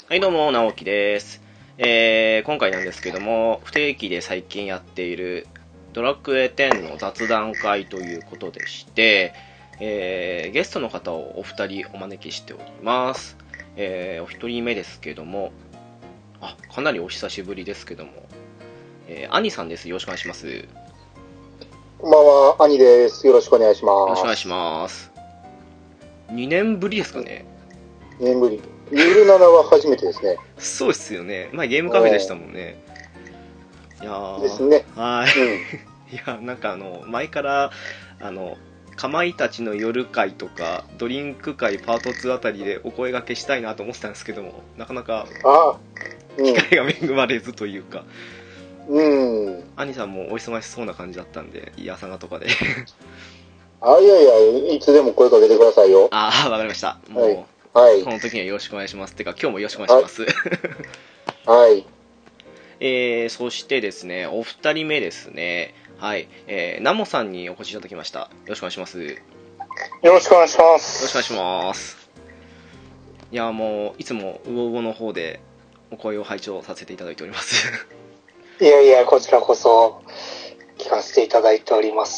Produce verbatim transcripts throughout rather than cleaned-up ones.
はい、どうも、直樹です。えー、今回なんですけども、不定期で最近やっているドラクエテンの雑談会ということでして、えー、ゲストの方をお二人お招きしております。えー、お一人目ですけども、あ、かなりお久しぶりですけども、えー、兄さんです。よろしくお願いします。よこんばんは、兄です。よろしくお願いします。 ろしくお願いします。にねんぶりですかね。 にねんぶり。ゆるななは初めてですね。 そうですよね。前ゲームカフェでしたもんね。いやーですね。 はい。 うん、 いや、なんかあの、前から、あの、かまいたちの夜会とか、ドリンク会パートツーあたりでお声掛けしたいなと思ってたんですけども、なかなかあ、 機会が恵まれずというか、 うん。うん。 兄さんもお忙しそうな感じだったんで、いやさがとかで。 あ、いやいや、いつでも声かけてくださいよ。 ああ、わかりました。もう、 はい。はい。 その時にはよろしくお願いします。てか、今日もよろしくお願いします。 はい。 えー、そしてですね、お二人目ですね。はい。えー、ナモさんにお越しいただきました。よろしくお願いします。よよろしくお願いします。 ろしくお願いします。いや、もう、いつも、ウオウオの方で、お声を拝聴させていただいております。 いやいや、こちらこそ、聞かせていただいております。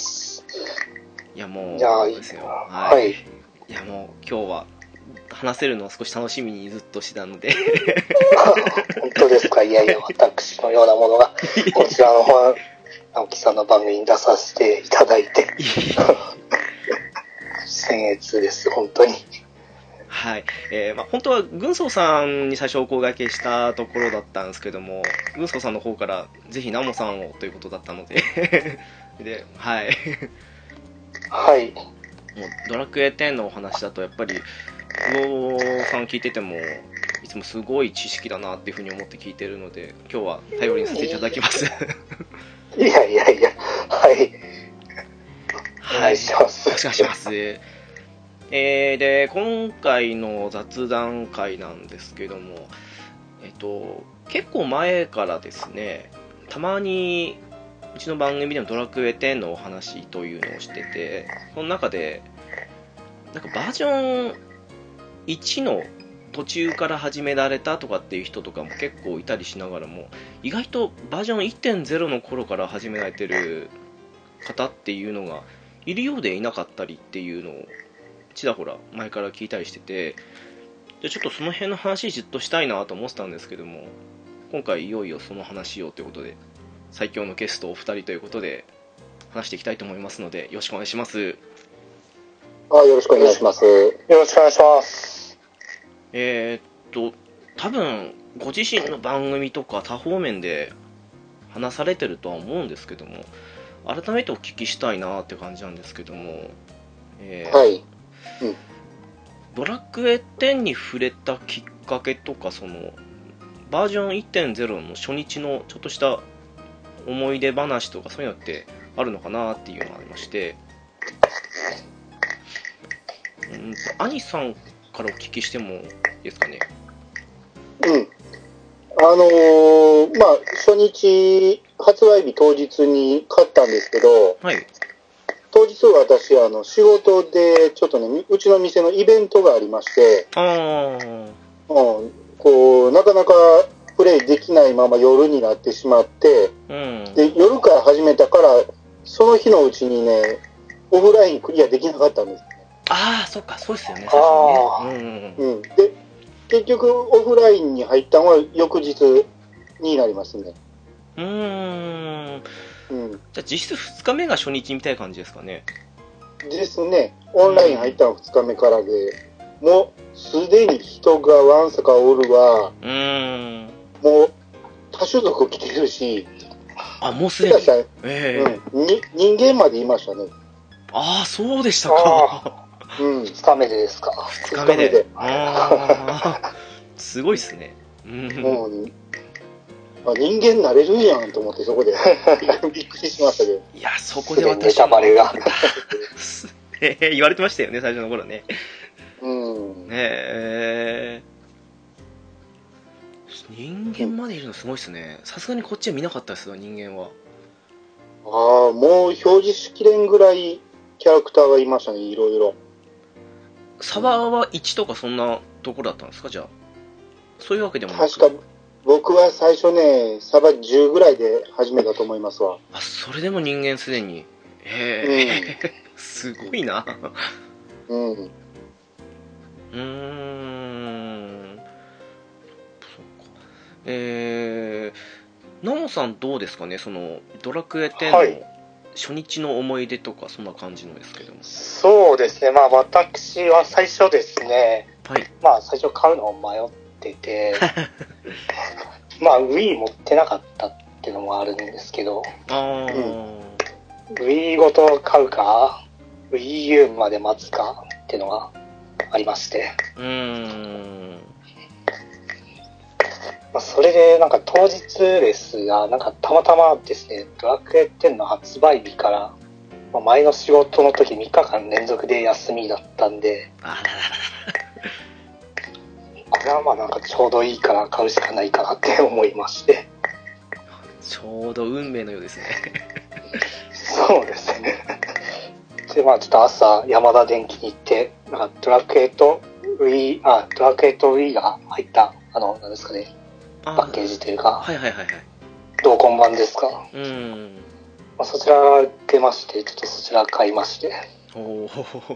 いや、もう、 じゃあ、 ですよ。 はい。はい、 いや、もう、今日は、話せるのを少し楽しみにずっとしてたので。 本当ですか。いやいや、私のようなものが、こちらの方、直樹さんの番組に出させていただいて、僭越です、本当に。 はい。えー、まあ、本当は、軍曹さんに最初お声掛けしたところだったんですけども、軍曹さんの方から、ぜひナモさんをということだったので、で、はい。 はい。 もう、ドラクエテンのお話だと、やっぱり、ウオーさん聞いてても、いつもすごい知識だなっていうふうに思って聞いてるので、今日は頼りにさせていただきます。 いやいやいや、はい。お願いします。 よろしくお願いします。えー、で、今回の雑談会なんですけども、えっと、結構前からですね、たまに、うちの番組でもドラクエテンのお話というのをしてて、その中で、なんかバージョンいちの途中から始められたとかっていう人とかも結構いたりしながらも、意外とバージョン いってんゼロ の頃から始められてる方っていうのがいるようでいなかったりっていうのをちらほら前から聞いたりしてて、でちょっとその辺の話ずっとしたいなと思ってたんですけども、今回いよいよその話をということで、最強のゲストお二人ということで話していきたいと思いますので、よろしくお願いします。 あ、よろしくお願いします。 よろしくお願いします。 えー、っと多分ご自身の番組とか多方面で話されてるとは思うんですけども、改めてお聞きしたいなって感じなんですけども、えーはい。うん。 ドラクエテンに触れたきっかけとか、そのバージョン いってんゼロ の初日のちょっとした思い出話とかそういうのってあるのかなっていうのがありまして、うんと兄さんからお聞きしてもいいですかね。 うん。あのー、まあ、初日、発売日当日に買ったんですけど、 はい。 当日は私、あの、仕事で、ちょっとね、うちの店のイベントがありまして、 あー。 うん、こう、なかなかプレイできないまま夜になってしまって、 うん。 で、夜から始めたから、その日のうちにね、オフラインクリアできなかったんです。 ああ、そっか、そうですよね、最初にね。 うん。うん。で、結局、オフラインに入ったのは翌日になりますね。 うん。うーん。 うん。 じゃあ実質ふつかめが初日みたいな感じですかね。 ですね。オンライン入ったのふつかめからで、もうすでに人がわんさかおるわ。 うーん。 もう多種族来てるし、 あ、もうすでに。 えええーうん、に人間までいましたね。 ああ、そうでしたか。 うん。 二日目でですか。 ふつかめで。でああ、すごいっすね。うん。 うん、あ、人間なれるんやんと思ってそこでびっくりしましたけど。 いや、そこで私ネタバレがえー、言われてましたよね、最初の頃ね。 うん。 えー、人間までいるのすごいっすね。さすがにこっちは見なかったですわ、人間は。 ああ、もう表示しきれんぐらいキャラクターがいましたね、いろいろ。 サバーはいちとかそんなところだったんですか、じゃあ。 そういうわけでもなく。 確か、僕は最初ね、サバじゅうぐらいで始めたと思いますわ。 あ、それでも人間すでに。へえ、うん、すごいな。 うん。 うーん。そうか。えー、ナモさんどうですかね、その、ドラクエテンの初日の思い出とか、そんな感じのですけども。 そうですね、まあ私は最初ですね、 はい。 まあ最初買うのを迷ってて、まあ Wii 持ってなかったっていうのもあるんですけど、 あー、うん、 Wii ごと買うか、Wii U まで待つかっていうのがありまして。 うーん。 まあ、それでなんか当日ですが、なんかたまたまですね、ドラクエテンの発売日から、まあ、前の仕事の時みっかかん連続で休みだったんで、 あらららら。 これはまあなんかちょうどいいから買うしかないかなって思いまして。 ちょうど運命のようですね。 そうですね。で、まあちょっと朝、ヤマダ電機に行って、なんかドラクエと Wii、あ、ドラクエと Wii が入った、あの、なんですかね、パッケージというか、 はいはいはいはい。 同梱版ですか。 うん。 まあ、そちらが出まして、ちょっとそちら買いまして。 おお。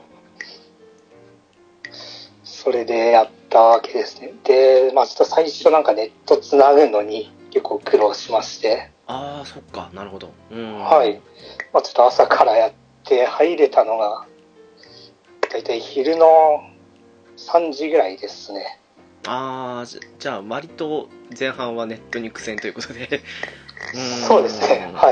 それでやったわけですね。で、まあちょっと最初なんかネットつなぐのに結構苦労しまして。 ああ、そっか、なるほど。うん。 はい。まあちょっと朝からやって入れたのが、だいたい昼のさんじぐらいですね。 ああ、じゃ、じゃあ割と前半はネットに苦戦ということで。 うん、そうですね。はい。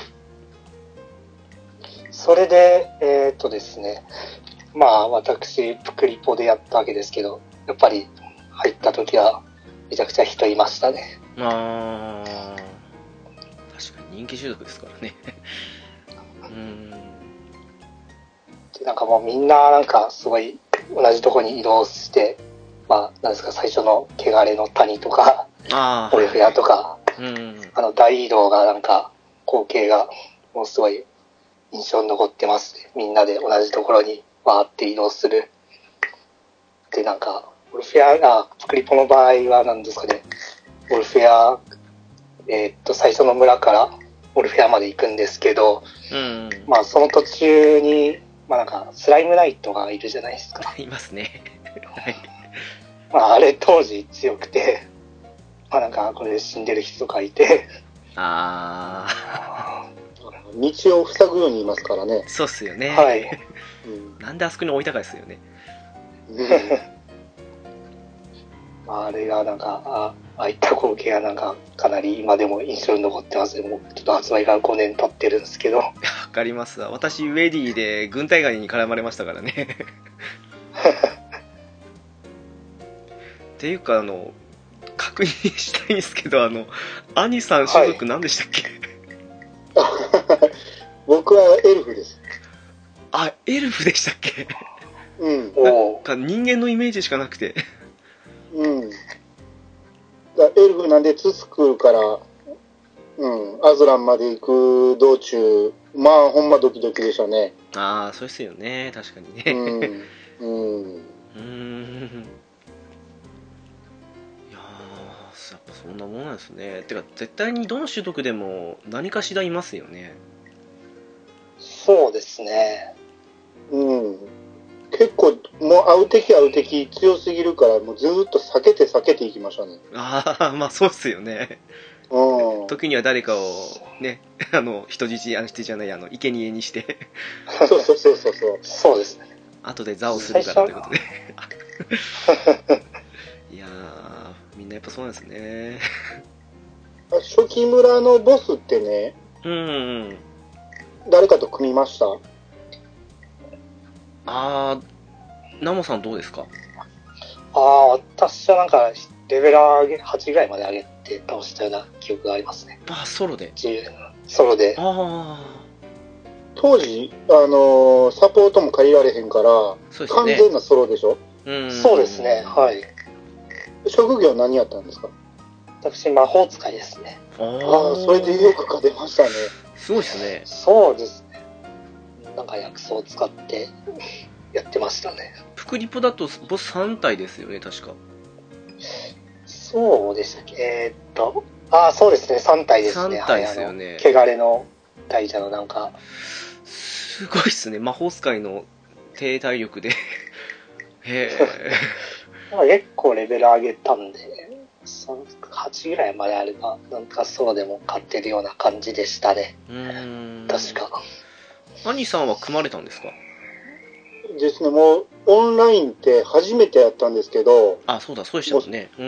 それで、えー、っとですね、まあ私、プクリポでやったわけですけど、やっぱり入った時はめちゃくちゃ人いましたね。 ああ、確かに人気種族ですからね。うん。 で、なんかもうみんななんかすごい同じとこに移動して、まあなんですか、最初の汚れの谷とか、 あオレフェアとか、 はいはい、うん、 あの大移動がなんか光景がもうすごい印象に残ってますね。みんなで同じところにわーって移動する。で、なんか、オルフェアが、プクリポの場合は何ですかね、オルフェア、えー、っと、最初の村からオルフェアまで行くんですけど、 うん、 まあその途中に、まあなんか、スライムナイトがいるじゃないですか。 いますね。はい。 まああれ当時強くて、まあなんか、これで死んでる人がいて、 ああ。 道を塞ぐようにいますからね。 そうっすよね。 はい。 なんであそこに置いたかですよね。 うん、あれがなんか、ああいった光景がなんか、かなり今でも印象に残ってますね。もうちょっと発売からごねん経ってるんですけど。わかりますわ。私、ウェディで軍隊ガニに絡まれましたからね。っていうか、あの、確認したいんですけど、あの、アニさん種族何でしたっけ？ はい、僕はエルフです。 あ、エルフでしたっけ？ うん。 なんか人間のイメージしかなくて。 うん。だエルフなんでツスクルから、うん、アズランまで行く道中、まあほんまドキドキでしたね。 ああ、そうですよね。確かにね。 うん。うん。 うーん。いやー、やっぱそんなもんなんですね。てか、絶対にどの種族でも何かしらいますよね。 そうですね。 うん。結構、もう会う敵会う敵強すぎるから、もうずーっと避けて避けていきましたね。 ああ、まあそうっすよね。 うん。 時には誰かをね、あの、人質、あの人質じゃない、あの、生贄にして。 そうそうそうそう。 そうですね。 後で座をするからということで。いやー、みんなやっぱそうなんですね。 初期村のボスってね、 うん。 誰かと組みました？ あー、ナモさんどうですか？ ああ、私はなんか、レベル上げ、はちぐらいまで上げて倒したような記憶がありますね。 あ、ソロで。 ソロで。 ああ。 当時、あのー、サポートも借りられへんから、ね、完全なソロでしょ？ うん。そうですね、はい。 職業何やったんですか？ 私、魔法使いですね。 ああ、それでよく勝てましたね。 すごいですね。 そうですね。なんか薬草を使ってやってましたね。 プクリポだとボスさん体ですよね、確か。 そうでしたっけ。えー、っと、ああ、そうですね、さん体ですね。 さん体ですよね。 はい、汚れの大蛇のなんか。 すごいっすね、魔法使いの低体力で。へえ。結構レベル上げたんで、はちぐらいまであれば、なんかそうでも勝ってるような感じでしたね。 うーん。 確か。 兄さんは組まれたんですか？ ですね、もう、オンラインって初めてやったんですけど、 あ、そうだ、そうでしたもんね。うん。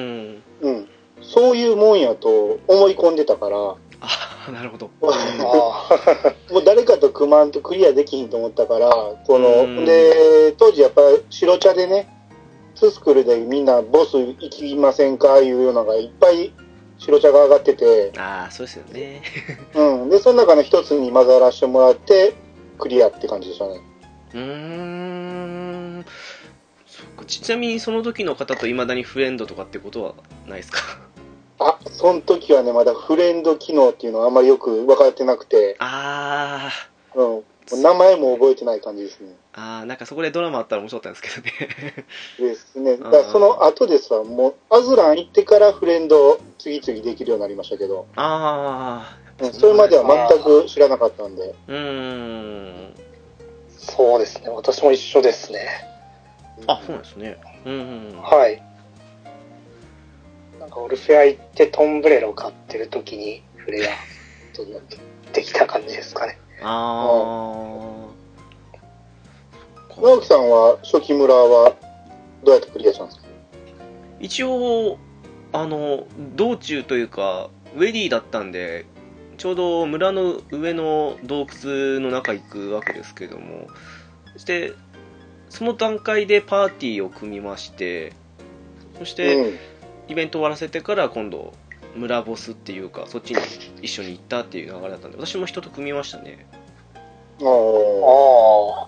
うん。そういうもんやと思い込んでたから、 あ、なるほど。 もう誰かと組まんとクリアできひんと思ったから、この、で、当時やっぱ白茶でね、ツスクルでみんなボス行きませんかいうようなのがいっぱい白茶が上がってて、 ああ、そうですよね。 うん。で、その中の一つに混ざらせてもらって、クリアって感じでしたね。 うーん。そっか。ちなみにその時の方と未だにフレンドとかってことはないですか？ あ、その時はね、まだフレンド機能っていうのはあんまりよく分かってなくて、 ああ。 うん。名前も覚えてない感じですね。 ああ、なんかそこでドラマあったら面白かったんですけどね。 ですね。だからその後ですわ、もう、アズラン行ってからフレンド次々できるようになりましたけど、 ああ。 うん、それまでは全く知らなかったんで。 うーん。 そうですね、私も一緒ですね。 あ、そうなんですね。うんうん。 はい。なんかオルフェア行ってトンブレロを買ってる時にフレアとできた感じですかね。 ああ。 直樹さんは初期村はどうやってクリアしたんですか？ 一応、あの、道中というか、ウェディだったんで、ちょうど村の上の洞窟の中行くわけですけども、そして、その段階でパーティーを組みまして、そして、うん、イベント終わらせてから今度、村ボスっていうか、そっちに一緒に行ったっていう流れだったんで、私も人と組みましたね。 ああ。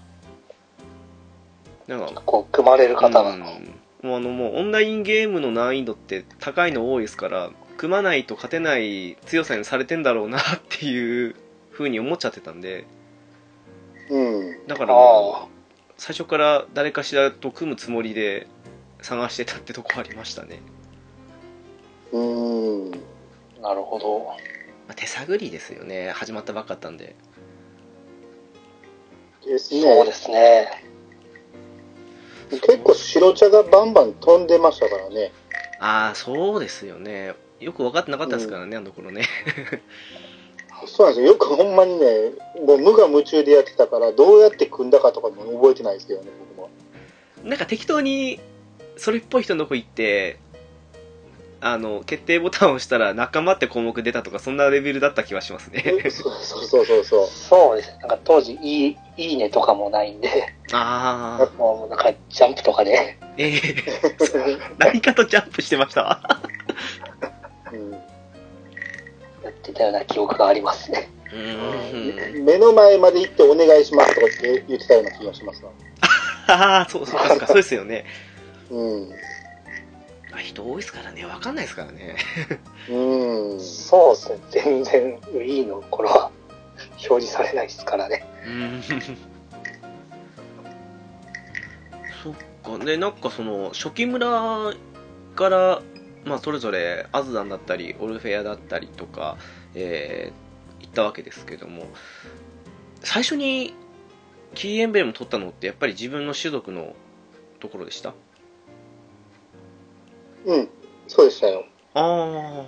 なんか、 こう、組まれる方が、うん、 もうあの、もうオンラインゲームの難易度って高いの多いですから、組まないと勝てない強さにされてんだろうなっていう風に思っちゃってたんで、 うん、 だからもう最初から誰かしらと組むつもりで探してたってとこありましたね。 うーん、 なるほど。 まあ、手探りですよね、始まったばっかったんで。 ですね。 そうですね。 結構白茶がバンバン飛んでましたからね。 ああ、そうですよね。よく分かってなかったですからね、うん、あの頃ね。 そうなんですよ。よくほんまにね、もう無我夢中でやってたから、どうやって組んだかとかも覚えてないですけどね、僕も。 なんか適当に、それっぽい人のとこ行って、あの、決定ボタンを押したら仲間って項目出たとか、そんなレベルだった気はしますね。 そうそうそうそうそう。 そうですね。なんか当時、いい、いいねとかもないんで。 ああ。 もうなんかジャンプとかで。 ええー、何かとジャンプしてましたわ。 うん、 やってたような記憶がありますね。 うん、 目の前まで行ってお願いしますとかって言ってたような気がしますわ。 ああ、そうそうか、そうですよね。 うん。 人多いですからね、わかんないですからね。 うん。そうですね。全然 Wii の頃は表示されないですからね。 うん。そっか、で、なんかその、初期村から、まあ、それぞれアズダンだったり、オルフェアだったりとか、えー、行ったわけですけども、最初にキーエンブレム取ったのってやっぱり自分の種族のところでした？ うん、そうでしたよ。 ああ。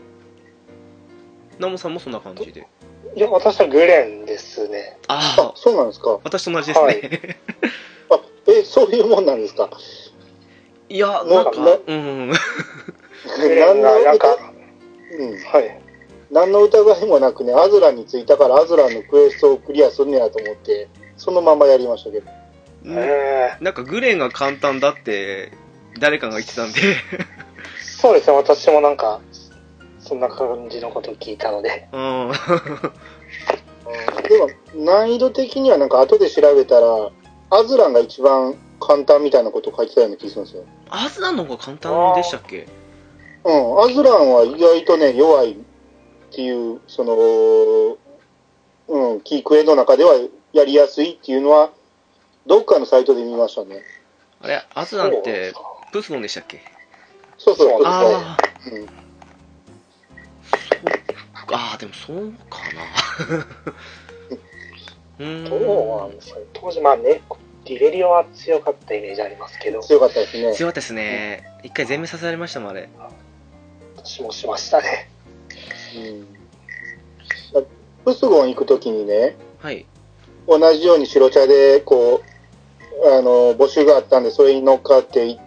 ナモさんもそんな感じで。 いや、私はグレンですね。 ああ、そうなんですか。 私と同じですね。はい、 あ、え、そういうもんなんですか。 いや、なんか、うん。 グレンがなんか、 うん、 はい。 何の疑いもなくね、アズランに着いたからアズランのクエストをクリアするんやと思って、そのままやりましたけど。 へー。なんかグレンが簡単だって誰かが言ってたんで。 そうですね、私もなんか、そんな感じのことを聞いたので。 うん。 でも、難易度的にはなんか後で調べたら、アズランが一番簡単みたいなことを書いてたような気がするんですよ。 アズランの方が簡単でしたっけ？ うん、アズランは意外とね、弱いっていう、その、うん、キークエの中ではやりやすいっていうのは、どっかのサイトで見ましたね。 あれ、アズランってプスモンでしたっけ？ そうそう、そうあうん。 ああ、でもそうかな。うーん。 どうなんですかね。当時、まあね、リベリオは強かったイメージありますけど、 強かったですね。 強かったですね。一回全滅させられましたもん、あれ。 私もしましたね。 うん。プスゴン行くときにね、 はい。 同じように白茶で、こう、あの、募集があったんで、それに乗っかって行って、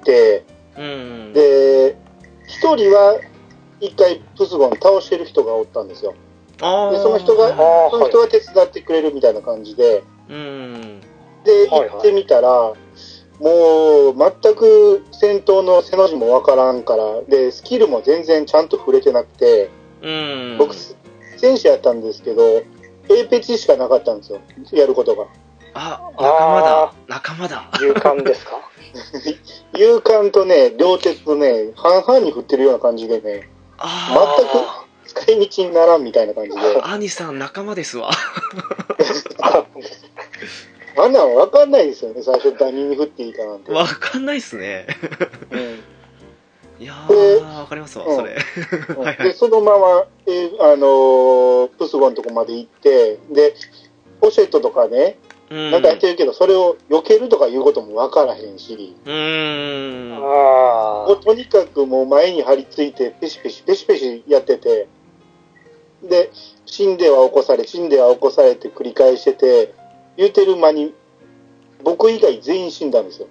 うーん。 で、一人は一回プスゴン倒してる人がおったんですよ。 あで、その人が、 はいはいその人が手伝ってくれるみたいな感じで、 うーん。 で、 はいはい行ってみたら、もう、全く戦闘の背の字もわからんから、で、スキルも全然ちゃんと触れてなくて、 うーん。 僕、戦士やったんですけど、A ペチしかなかったんですよ、やることが。 あ、仲間だあ。 仲間だ。 勇敢ですか？ 勇敢とね、両手とね、半々に振ってるような感じでね、 あ全く使い道にならんみたいな感じで。 あ、兄さん仲間ですわ。 あんなんわかんないですよね、最初何に振っていいかなんて。 わかんないっすね。 うん、 いやでー、わかりますわ、 うんそれ。はいはで、 い。 そのまま、えあのープスゴンのとこまで行って、で、ポシェットとかね、 うん。 なんかやってるけど、それを避けるとかいうこともわからへんし、 うーん。 あもうとにかくもう前に張り付いて、ペシペシ、ペシペシやってて、で、死んでは起こされ、死んでは起こされて繰り返してて、言うてる間に、僕以外全員死んだんですよ。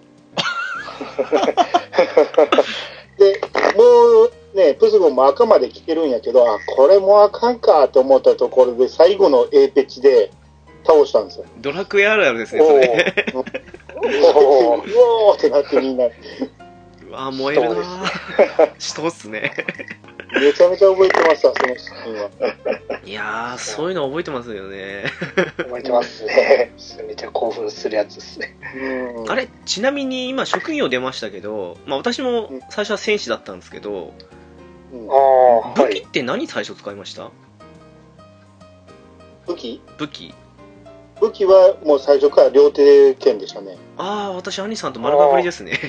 で、もうね、プスゴンも赤まで来てるんやけど、あ、これもうあかんかと思ったところで、最後の A ペチで倒したんですよ。 ドラクエあるあるですね、それ。 おうおーってなってみんな、 うわー、燃えるなー。死闘っすね。 めちゃめちゃ覚えてました、そのシーンは。 いやー、そういうの覚えてますよね。 覚えてますね。めっちゃ興奮するやつですね。 うん、 あれ、ちなみに今職業出ましたけど、まあ私も最初は戦士だったんですけど、 うんああ、は武器っい。 て何最初使いました？ 武器武器。 武器はもう最初から両手剣でしたね。 あー、私兄さんと丸かぶりですね。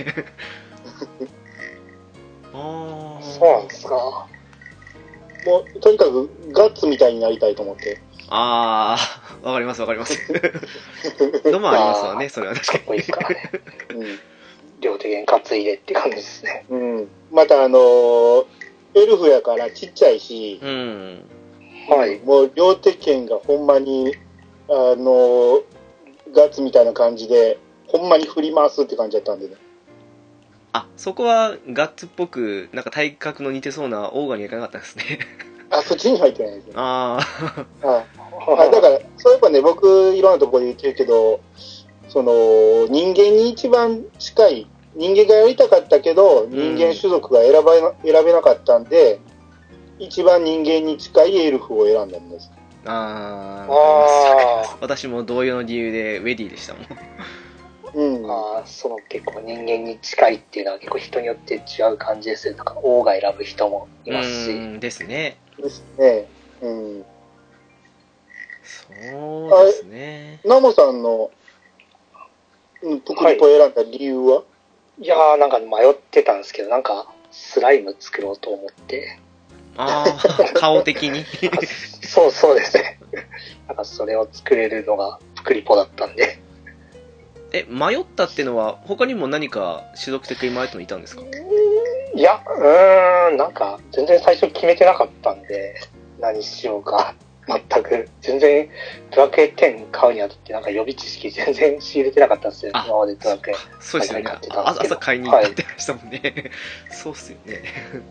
あー。 そうなんですか。 もうとにかくガッツみたいになりたいと思って。 あー、わかりますわかります。のもありますわね、それは確かに。 かっこいいですからね。両手剣担いでって感じですね。 うん。うん。またあのーエルフやからちっちゃいし、 うん。 はい。 もう両手剣がほんまに、あのーガッツみたいな感じで、ほんまに振り回すって感じだったんでね。 あ、そこはガッツっぽく、なんか体格の似てそうなオーガにはいかなかったんですね。 あ、そっちに入ってないですね。 あー。 はい。あだから、そういえばね、僕、いろんなところで言ってるけど、その、人間に一番近い、人間がやりたかったけど、人間種族が選ばな、選べなかったんで、一番人間に近いエルフを選んだんです。 あー、わかりますあ私も同様の理由でウェディでしたもん。 うん。 あ、その結構人間に近いっていうのは結構人によって違う感じですよ。なんか王が選ぶ人もいますし。 うーんですね。 ですね。うん。 そうですね。 ナモさんの、うんプクリポを選んだ理由は、 いやーなんか迷ってたんですけど、なんかスライム作ろうと思って。 あー、顔的に。 そうそうですね。なんかそれを作れるのがプクリポだったんで。 え、迷ったってのは、他にも何か種族的に迷ったのいたんですか？ いや、うーん、なんか全然最初決めてなかったんで、何しようか。全く。全然、ドラクエテン買うにあたって、なんか予備知識全然仕入れてなかったんですよ。 あ今までドラクエ。 そうですよね買ってたんですけどあ朝買いに行ったってましたもんね。そうっすよね。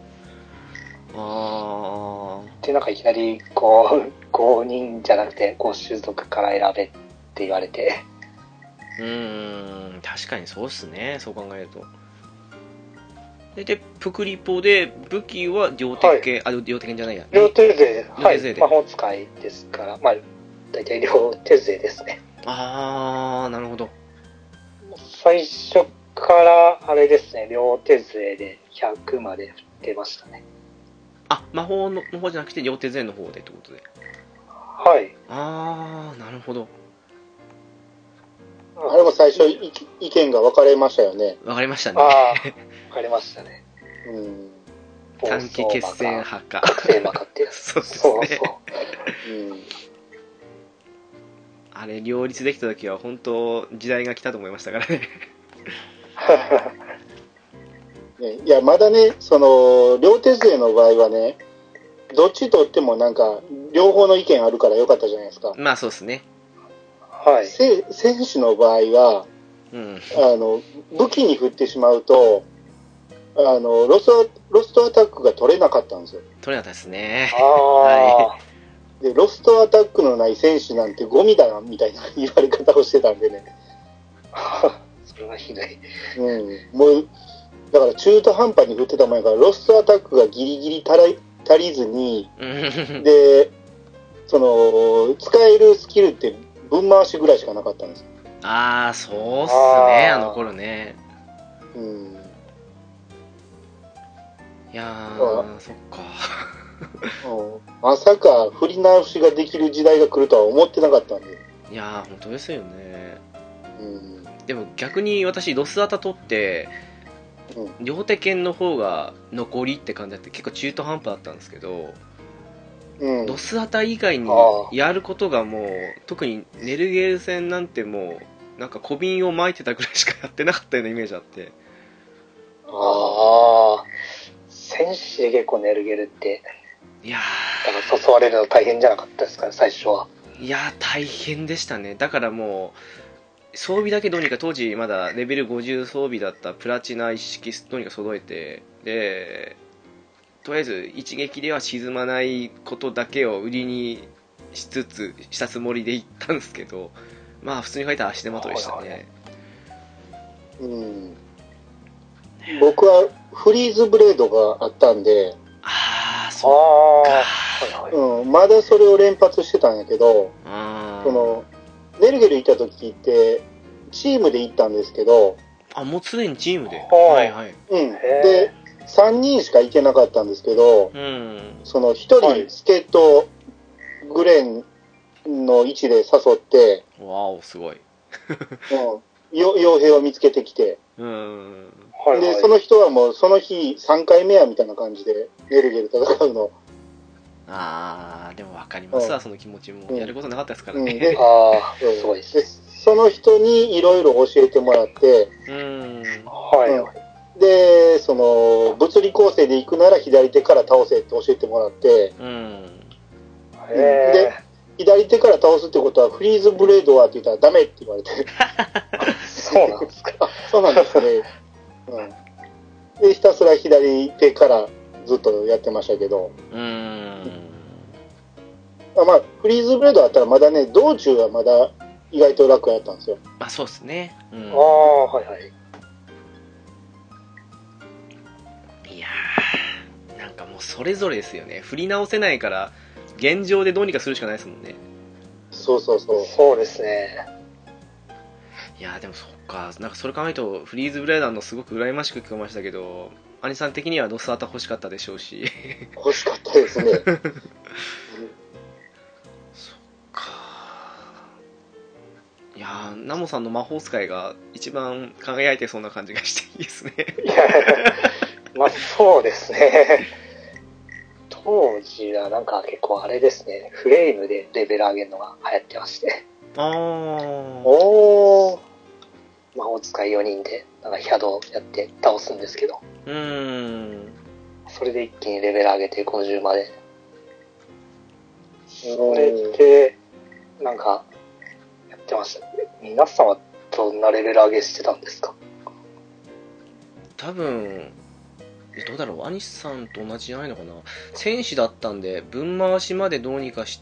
あー。 で、なんかいきなり、こう、ごにんじゃなくて、こう、種族から選べって言われて。 うーん、確かにそうっすね、そう考えると。で、でプクリポで、武器は両手剣、あ、両手剣じゃないや。 両手勢、はい両手勢、で魔法使いですから、まあ、大体両手勢ですね。 あー、なるほど。 最初から、あれですね、両手勢でひゃくまで振ってましたね。 あ、魔法のの方じゃなくて両手勢の方でってことで。 はい。 あー、なるほど。 あれも最初意意見が分かれましたよね。 わかりましたね。 ああ、わかりましたね。 うん。 短期決戦派か。 覚醒マカってやつ。 そうですね。 そうそう。 うん。 あれ、両立できた時は本当、時代が来たと思いましたからね。 ね、いや、まだね、その、両手勢の場合はね、どっちとってもなんか、両方の意見あるからよかったじゃないですか。 まあそうですね。 はい。 せ選手の場合は、 うん。 あの、武器に振ってしまうと、あの、ロスト、ロストアタックが取れなかったんですよ。 取れなかったですね。 ああ、 はで、ロストアタックのない選手なんてゴミだな、みたいな言われ方をしてたんでね。 それはひどい。 うん。もう、だから中途半端に振ってたもんやから、ロストアタックがギリギリ足ら足りずに、 い。 で、その、使えるスキルって分回しぐらいしかなかったんですよ。 ああ、そうっすね、 あーあの頃ね。 うん。 いやあー、そっか。 うんまさか振り直しができる時代が来るとは思ってなかったんで。 いやー、本当ですよね。 うん。 でも逆に私、ロスアタ取って、 うん。 両手剣の方が残りって感じだって結構中途半端だったんですけど、 うん。 ロスアタ以外にやることがもう、特にネルゲール戦なんてもう、なんか小瓶を巻いてたぐらいしかやってなかったようなイメージあって。 ああ、戦士で結構ネルゲルって、 いやだから誘われるの大変じゃなかったですかね、最初は。 ー、いやー大変でしたね。だからもう、装備だけどうにか当時まだレベルごじゅう装備だったプラチナ一式どうにか揃えて、で、とりあえず一撃では沈まないことだけを売りにしつつしたつもりで行ったんですけど、まあ普通に書いたら足手まといでしたはいはいね。 うん。僕はフリーズブレードがあったんで、 ああ、 あそっあ、 か。 はいはい。 うん、まだそれを連発してたんやけど、 あその、ネルゲル行った時って、チームで行ったんですけど、 あ、もうすでにチームで。 はあはいはい。 うん。 へで、さんにんしか行けなかったんですけど、 うん。 そのひとはいり助っ人グレンの位置で誘って、 わお、すごい。 うん、よ傭兵を見つけてきて、 うん。 はいはい。 で、その人はもうその日さんかいめやみたいな感じでネルゲル戦うの。 ああ、でもわかりますわ、 うんその気持ちも。 うんやることなかったですからうん、 ね。 で、 ああ、 うんすごいで。 ですその人にいろいろ教えてもらって、 うん。 はいはい。 で、その、物理構成で行くなら左手から倒せって教えてもらって、 うん。 へえ。 左手から倒すってことはフリーズブレードはって言ったらダメって言われて、 そうなんですか。 あ、そうなんですね。うん。で、ひたすら左手からずっとやってましたけど、 うん。 あまあ、フリーズブレードあったらまだね、道中はまだ意外と楽やったんですよ。 まあそうですね。うんあ。あ、はいはい。 いやー、なんかもうそれぞれですよね。振り直せないから、現状でどうにかするしかないですもんね。 そうそうそう。 そうですね。 いやーでもそっか、なんかそれ考えると、フリーズブレーダーのすごく羨ましく聞こえましたけど、兄さん的にはロスアタ欲しかったでしょうし。 欲しかったですね。 かいやー、ナモさんの魔法使いが一番輝いてそうな感じがしていいですね。 いや、まあそうですね。当時はなんか結構あれですね、フレイムでレベル上げるのが流行ってまして、 あー。 おー。 魔法使いよにんでなんかヒャドやって倒すんですけど、 うーん。 それで一気にレベル上げてごじゅうまで。それって、なんか、やってましたね。皆さんはどんなレベル上げしてたんですか？ 多分、どうだろう、アニスさんと同じじゃないのかな。戦士だったんで、分回しまでどうにかして、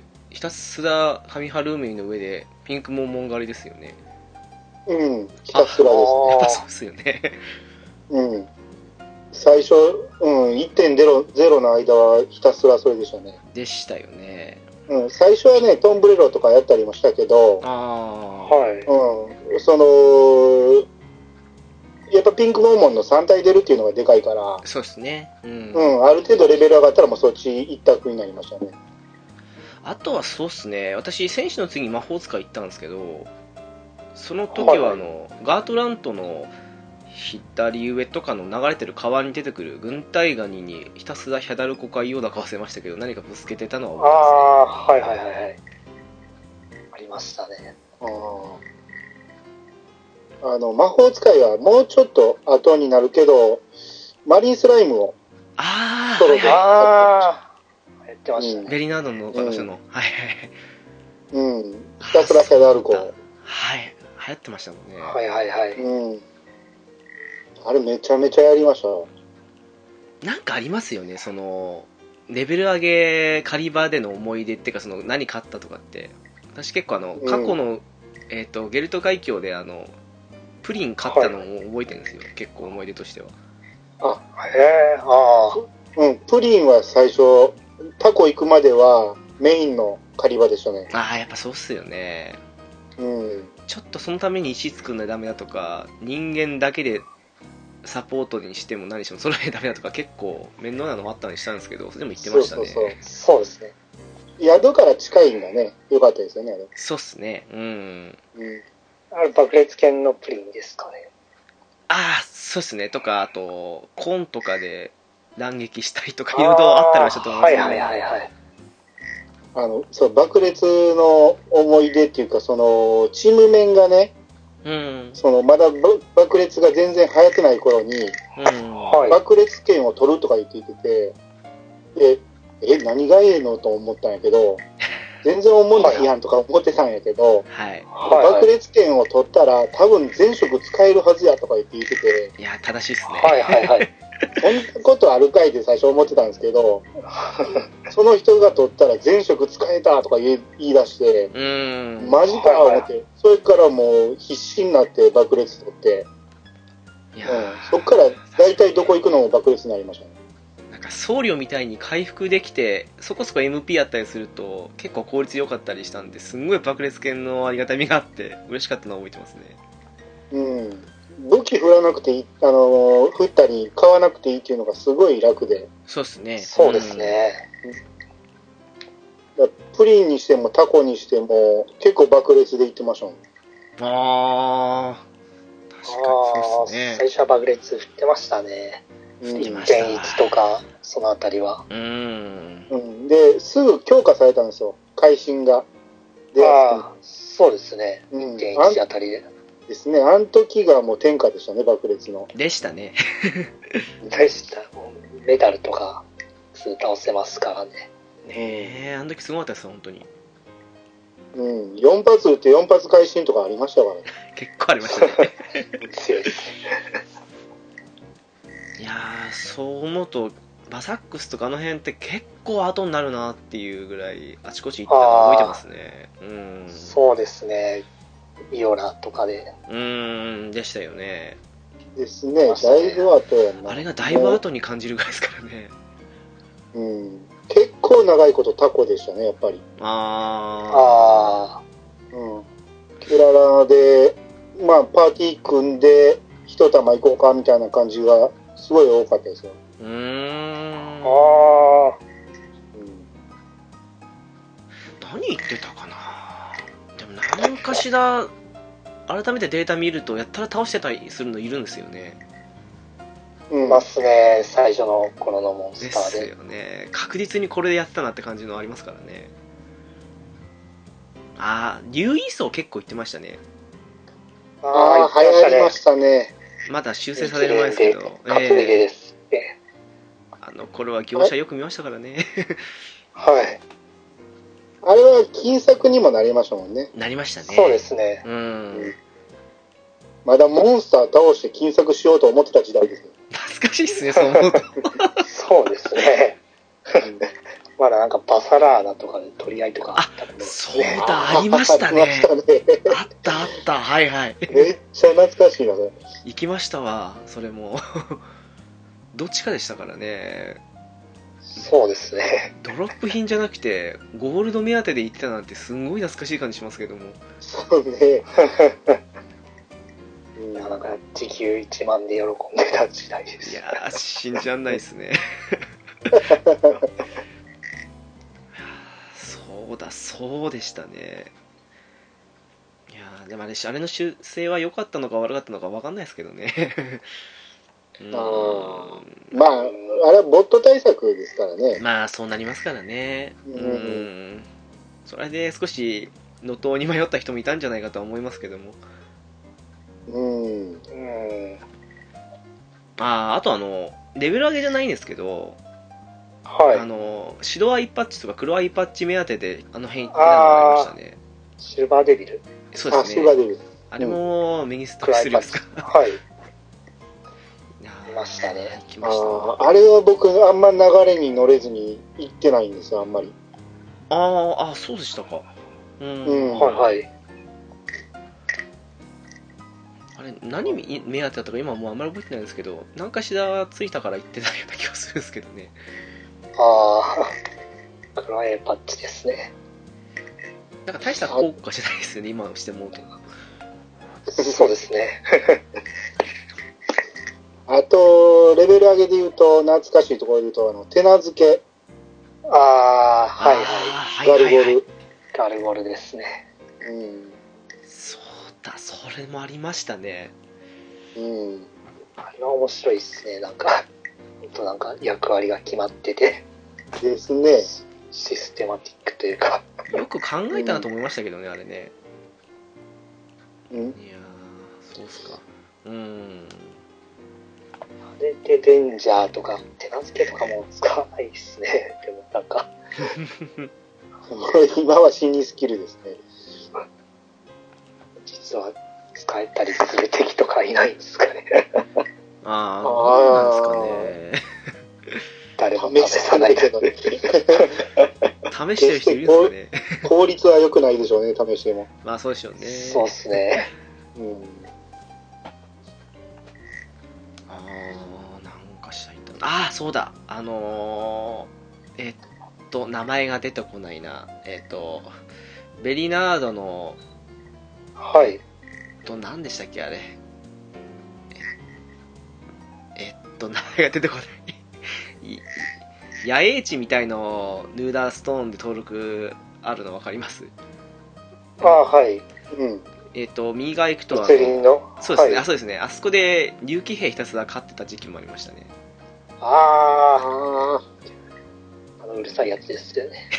ひたすら神ハルーミの上でピンクモンモン狩りですよね。 うん、ひたすらですね。 やっぱそうですよね。 うん。最初、うん、いってんゼロ の間はひたすらそれでしたね。 でしたよね。 うん、最初はね、トンブレロとかやったりもしたけど、 あはい。 うん、その、やっぱピンクモンモンのさん体出るっていうのがでかいから、 あ、そうですね。うん。 うん、ある程度レベル上がったらもうそっち一択になりましたね。 あとはそうっすね、私、戦士の次に魔法使い行ったんですけど、その時はあの、ガートラントの左上とかの流れてる川に出てくる軍隊ガニにひたすらヒャダルコかイオダか忘れましたけど、何かぶつけてたのはああ、はいはいはいはい。ありましたね。 ああの、魔法使いはもうちょっと後になるけど、マリンスライムを、 ああ、 そうはいはい、 ああ、やってましたね。 ベリナードの形の、 うん、 はいはい。 うん。ひたすらヒャダルコ。 はい。流行ってましたもんね。 はいはいはい。 うん。あれめちゃめちゃやりました。 なんかありますよね、その、レベル上げ、カリバーでの思い出っていうか、その、何買ったとかって。私結構あの、過去の、うん、えっ、ー、と、ゲルト海峡であの、プリン買ったのを覚えてるんですよ、はい、結構思い出としては。 あ、へえ、ああ。うん、プリンは最初、タコ行くまではメインの狩り場でしたね。 ああ、やっぱそうっすよね。 うん。 ちょっとそのために石作んないとダメだとか、人間だけでサポートにしても何してもそれダメだとか、結構面倒なのもあったりしたんですけど、それでも言ってましたね。 そうそうそう。そうですね。宿から近いんだね。よかったですよね、あれ。 そうっすね。うん。 うん。あれ、爆裂犬のプリンですかね。 ああ、そうっすね。とか、あと、コンとかで乱撃したりとか、誘導あったりはしたと思うんですけど。 はいはいはいはい。 あの、そう、爆裂の思い出っていうか、その、チーム面がね、 うん、 そのまだ爆裂が全然流行ってない頃に、うん、爆裂剣を取るとか言っていてて、で、え、何がええのと思ったんやけど、全然思んないやんとか思ってたんやけど、 はい、 爆裂剣を取ったら多分全色使えるはずやとか言っていてて、 いや、正しいっすね。 はいはいはい。 そんなことあるかいって最初思ってたんですけど、その人が取ったら全色使えたとか言い出して、 うーん、 マジか思って、それからもう必死になって爆裂取って、いや、うん、そっから大体どこ行くのも爆裂になりましたね。 なんか僧侶みたいに回復できてそこそこ エムピー やったりすると結構効率良かったりしたんで、すんごい爆裂剣のありがたみがあって嬉しかったのを覚えてますね。 うん、武器振らなくていい、あの振ったり買わなくていいっていうのがすごい楽で。 そうですね。 そうですね。 うん、プリンにしてもタコにしても結構爆裂でいってましたもん。 ああ、確かにそうですね。 最初は爆裂振ってましたね。いってんいち とかそのあたりは。 うん。 うん。で、すぐ強化されたんですよ。会心が。 で、ああ、そうですね。 うん、 いってんいち あたりで。 ですね。あの時がもう天下でしたね、爆裂の。 でしたね。 でした。メダルとかすぐ倒せますからね。 ねえ、あの時すごかったです、本当に。 うん、よん発撃ってよん発会心とかありましたからね。 結構ありましたね。 強いです。 いやー、そう思うと、バサックスとかあの辺って結構後になるなっていうぐらい、あちこち行ったの覚えてますね。うん。 そうですね。イオラとかで。 うーん、でしたよね。 ですね、だいぶ後やな。 あれがだいぶ後に感じるぐらいですからね。 うん。結構長いことタコでしたね、やっぱり。 ああ。うん。キララで、まあ、パーティー組んで、一玉行こうかみたいな感じが、すごい多かったですよ。 うーん。 ああ。 うん。何言ってたかな。でも何かしら、改めてデータ見ると、やったら倒してたりするのいるんですよね。 いますね、最初の頃のモンスターで。 ですよね。確実にこれでやってたなって感じのありますからね。あー、竜位層結構言ってましたね。 ああ、流行りましたね。 まだ修正される前ですけど。 えー、 あの頃は業者よく見ましたからね。 はい。 あれは金策にもなりましたもんね。 なりましたね。 そうですね。 うん。うん、 まだモンスター倒して金策しようと思ってた時代ですよ。 懐かしいっすね、そう思うと。 そうですね。まだなんかバサラーナとかで取り合いとかあったの、そうだ、ありましたね。あったあった、はいはい。 めっちゃ懐かしいな、それ。 行きましたわ、それも。どっちかでしたからね。 そうですね。 ドロップ品じゃなくて、ゴールド目当てで行ってたなんてすんごい懐かしい感じしますけども。 そうね。 いや、なんか時給いちまんで喜んでた時代です。 いやー、信じらんないですね。そうだ、そうでしたね。いやでもあれあれの修正は良かったのか悪かったのか分かんないですけどねうんあまああれはボット対策ですからね。 まあそうなりますからね。 うん、 うん、それで少し路頭に迷った人もいたんじゃないかとは思いますけども。 うん、うん、 ああとあのレベル上げじゃないんですけど、 はい。 あの白アイパッチとか黒アイパッチ目当てであの辺行ってたのがありましたね。 シルバーデビル。 そうですね。 あ、シルバーデビル。 あれもメギストクスリですか。 はい。 いいましたね。 行きました、ね、 ああれは僕あんま流れに乗れずに行ってないんですよ、あんまり。 ああ、そうでしたか。うん。 うん、はいはい。 あれ何目当てだったか今もうあんまり覚えてないんですけど、何かしらついたから行ってたような気がするんですけどね。 ああ、黒いパッチですね。 なんか大した効果じゃないですよね、今して思うと。 そうですね。 あと、レベル上げで言うと、懐かしいところで言うと、あの、手なずけ。 ああ、はいはい。 ガルゴル。 ガルゴルですね。 うん。 そうだ、それもありましたね。 うん。 あれは面白いっすね、なんか。本当なんか役割が決まってて。 ですね。 システマティックというか。 よく考えたなと思いましたけどね、うん、あれね。 うん。いやー、そうっすか。うん。 あれでデンジャーとか手なずけとかも使わないですね。でもなんか今は心理スキルですね。 実は使えたりする敵とかいないんですかね。 ああ、どうなんですかね。 誰も試さないけどね。 試してる人いるんですかね。 効率は良くないでしょうね、試しても。 まあそうでしょうね。 そうですね。 うん。 ああ、なんかしたいた。ああ、そうだ。あのー、えっと、名前が出てこないな。えっと、ベリナードの、 はい。 えっと、何でしたっけ、あれ。ええっと、名前が出てこない。野営地みたいのヌーダーストーンで登録あるの分かります？ ああ、はい。 うん。 えっと、右側行くとあの、 のそうですね、 はい、 あ、そうですね。あそこで竜騎兵ひたすら勝ってた時期もありましたね。 ああ、あのうるさいやつですよね。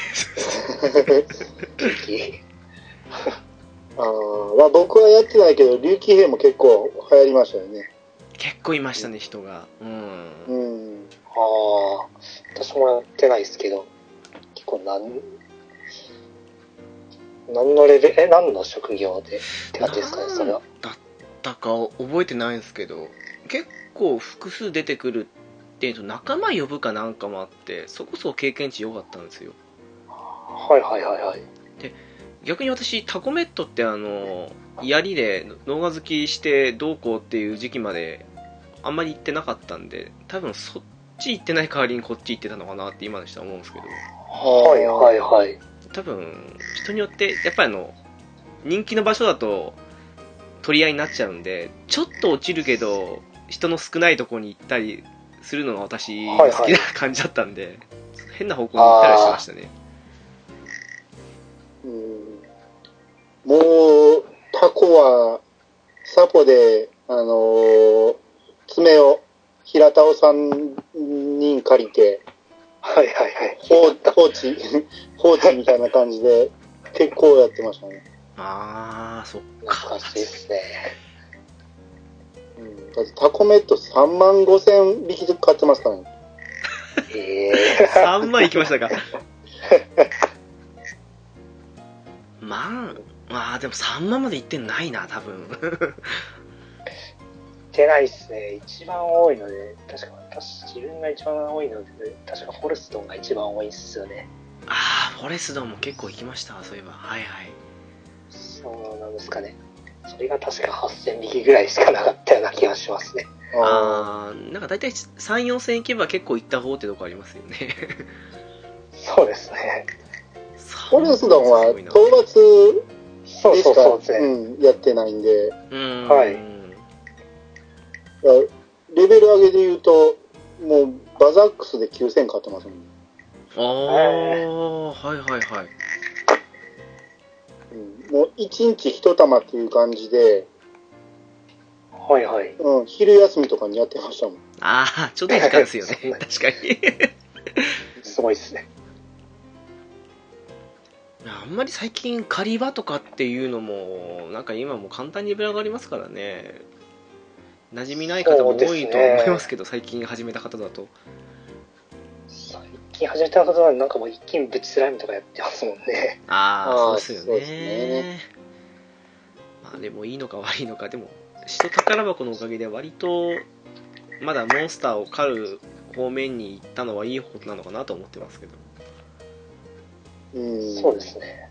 ああ、僕はやってないけど、竜騎兵も結構流行りましたよね。 結構いましたね、人が。うん。 うん。 ああ、私もやってないですけど、結構なん、何のレベル、え、何の職業でって感じですかね、それは。 だったか覚えてないんですけど、結構複数出てくるっていうと、仲間呼ぶかなんかもあって、そこそこ経験値良かったんですよ。 はいはいはいはい。 で、逆に私、タコメットってあの、槍で脳が好きしてどうこうっていう時期まであんまり行ってなかったんで、多分そっち行ってない代わりにこっち行ってたのかなって今の人は思うんですけど。 はいはいはい。 多分、人によって、やっぱりあの、人気の場所だと取り合いになっちゃうんで、ちょっと落ちるけど、人の少ないところに行ったりするのが私が好きな感じだったんで、はいはい、変な方向に行ったりしてましたね。 うん、もう、タコは、サポで、あのー、爪を平田尾さんに借りて、 はいはいはい。 放置、放置みたいな感じで、結構やってましたね。 あー、そっか。 懐かしいですね。 うん、だってタコメットさんまんごせん匹で買ってますからね。 えー、さんまんいきましたか。万、まあでもさんまんまでいってないな、多分。いってないっすね。一番多いので、確か私、自分が一番多いので、確かフォルストンが一番多いっすよね。 ああ、フォレストンも結構行きました、そういえば。はいはい。 そうなんですかね。それが確かはっせん匹ぐらいしかなかったような気がしますね。 ああ、なんか大体さん、よんせん行けば結構行った方ってとこありますよね。 そうですね。 フォレストンは討伐でしか、うん、やってないんで、 うん、 はい。 レベル上げで言うと、もうバザックスできゅうせん買ってますもんね。 ああ、はいはいはい。 うん、もう一日一玉っていう感じで、 はいはい。 うん、昼休みとかにやってましたもん。 ああ、ちょうどいい時間ですよね。 そんな確かに。 すごいですね。 あんまり最近狩り場とかっていうのもなんか今も簡単にレベル上がりますからね。馴染みない方も多いとは思いますけど、最近始めた方だと。 最近始めた方はなんかもう一気にブチスライムとかやってますもんね。 ああ、 あーそうですよそうですねね。 まあでもいいのか悪いのか、でも使徒宝箱のおかげで割とまだモンスターを狩る方面に行ったのはいいことなのかなと思ってますけど。 うん、 そうですね。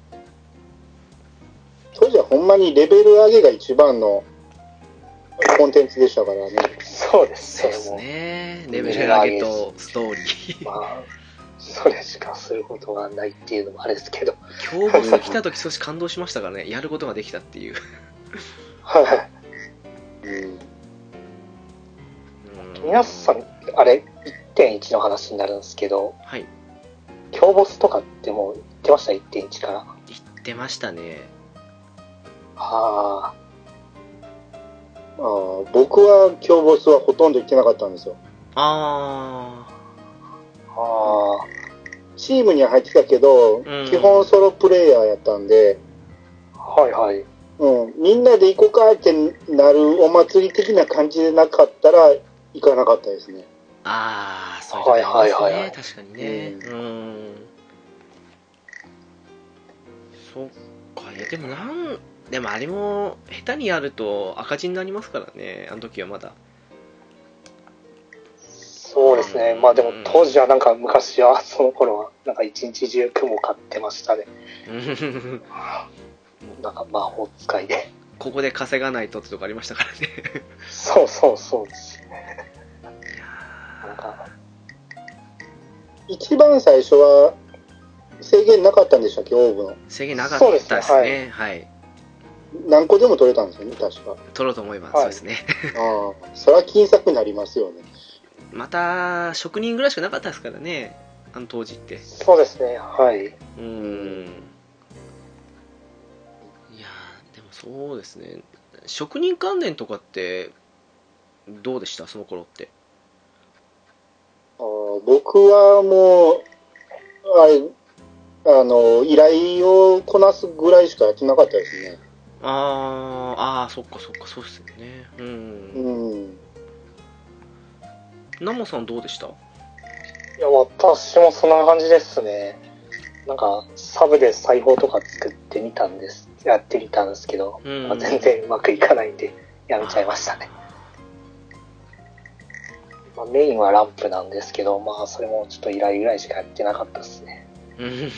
当時はほんまにレベル上げが一番のコンテンツでしたからね。 そうですね。 そうですね。レベル上げとストーリー。 まあ、それしかすることがないっていうのもあれですけど。 強ボス来た時少し感動しましたからね。やることができたっていう。 はい。 うん、 うん皆さん、あれ、いってんいち の話になるんですけど、 はい。 強ボスとかってもう言ってました？ いってんいち から。 言ってましたね。 はあー僕は強ボスはほとんど行ってなかったんですよ。 ああ、はあ、 チームには入ってたけど、 うん基本ソロプレイヤーやったんで、 はいはい。 うん、みんなで行こうかってなるお祭り的な感じでなかったら行かなかったですね。 あ、ああ、そういう時ありますね。 はいはいはいはい確かにね。 ううんん。そっか、いやでもなん、でもあれも下手にやると赤字になりますからね。あの時はまだ。 そうですね。まあでも当時はなんか昔はその頃はなんか一日中雲買ってましたね。 うんなんか魔法使いで。 ここで稼がないとってとこありましたからね。 そうそうそうです。 いなんか一番最初は制限なかったんでしたっけ、オーブの。 制限なかったですね。 そうですねはい。 何個でも取れたんですよね、確か。 取ろうと思えば、 はいそうですね。 ああ、それは金策になりますよね。 また、職人ぐらいしかなかったですからね。あの当時って。 そうですね。はい。 うーん。いやーでもそうですね。職人関連とかってどうでした、その頃って。 あー僕はもう、あれ、あの、依頼をこなすぐらいしかやってなかったですね。 あー、あー、そっかそっか、そうですよね。うん。 うん。 ナモさんどうでした？ いや、私もそんな感じですね。なんか、サブで裁縫とか作ってみたんです。やってみたんですけど、 うんまあ全然うまくいかないんで、やめちゃいましたね。まあ、メインはランプなんですけど、まあ、それもちょっと依頼ぐらいしかやってなかったですね。 うん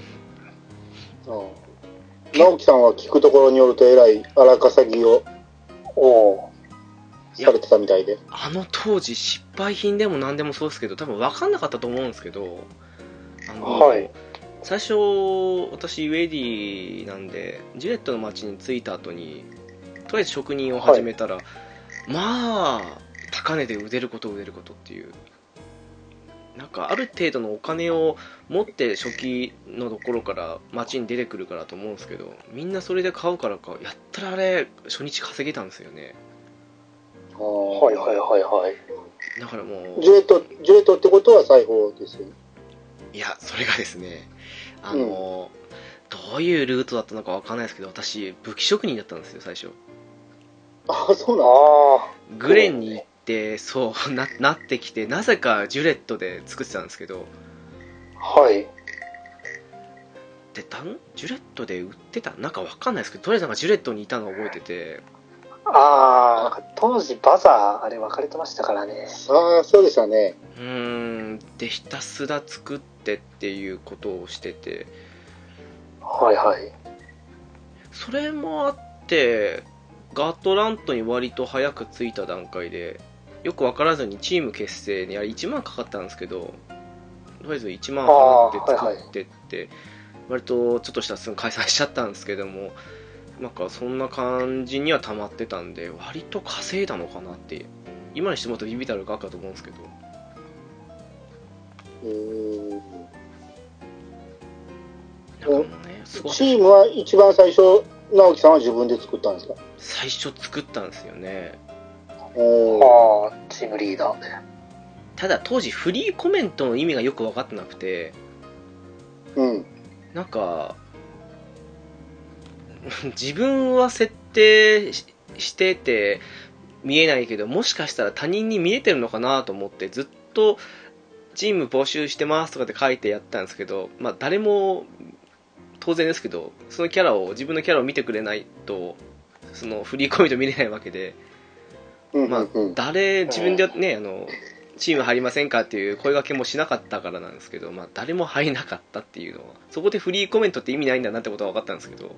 直樹さんは聞くところによるとえらい荒稼ぎをおお。 されてたみたいで。 あの当時失敗品でも何でもそうですけど、多分分かんなかったと思うんですけど、あの、 はい。 最初私ウェディなんでジュレットの町に着いた後にとりあえず職人を始めたら、まあ高値で売れること売れることっていう、なんかある程度のお金を持って初期のところから町に出てくるからと思うんですけど、みんなそれで買うからかやったらあれ初日稼げたんですよね。 はいはいはいはい。 だからもうジュレット、ジュレットってことは裁縫ですよね。 いやそれがですね、あの、うん、どういうルートだったのかわかんないですけど、私武器職人だったんですよ最初。 ああ、そうなんですか。グレンに行ってそうな、なってきて、なぜかジュレットで作ってたんですけど、 はい。 でたんジュレットで売ってたなんかわかんないですけど、とりあえずなんかジュレットにいたのを覚えてて、 ああ、当時バザーあれ分かれてましたからね。 ああ、そうでしたね。 うーんでひたすら作ってっていうことをしてて、 はいはい。 それもあってガットラントに割と早く着いた段階でよく分からずにチーム結成にあれいちまんかかったんですけど、とりあえずいちまん払って作ってって割とちょっとしたらすぐ解散しちゃったんですけども、なんかそんな感じには溜まってたんで割と稼いだのかなって、今にしてもっとビビたる額だと思うんですけど、 うーん。 なんかもうね、 チームは一番最初、直樹さんは自分で作ったんですか？ 最初作ったんですよね。 おああ、チームリーダーで。 ただ当時フリーコメントの意味がよく分かってなくて、 うん。 なんか自分は設定 し, してて見えないけど、もしかしたら他人に見えてるのかなと思ってずっとチーム募集してますとかって書いてやったんですけど、まあ誰も当然ですけどそのキャラを自分のキャラを見てくれないとそのフリーコメント見れないわけで、まあ誰自分でねあのチーム入りませんかっていう声掛けもしなかったからなんですけど、まあ誰も入らなかったっていうのはそこでフリーコメントって意味ないんだなってことは分かったんですけど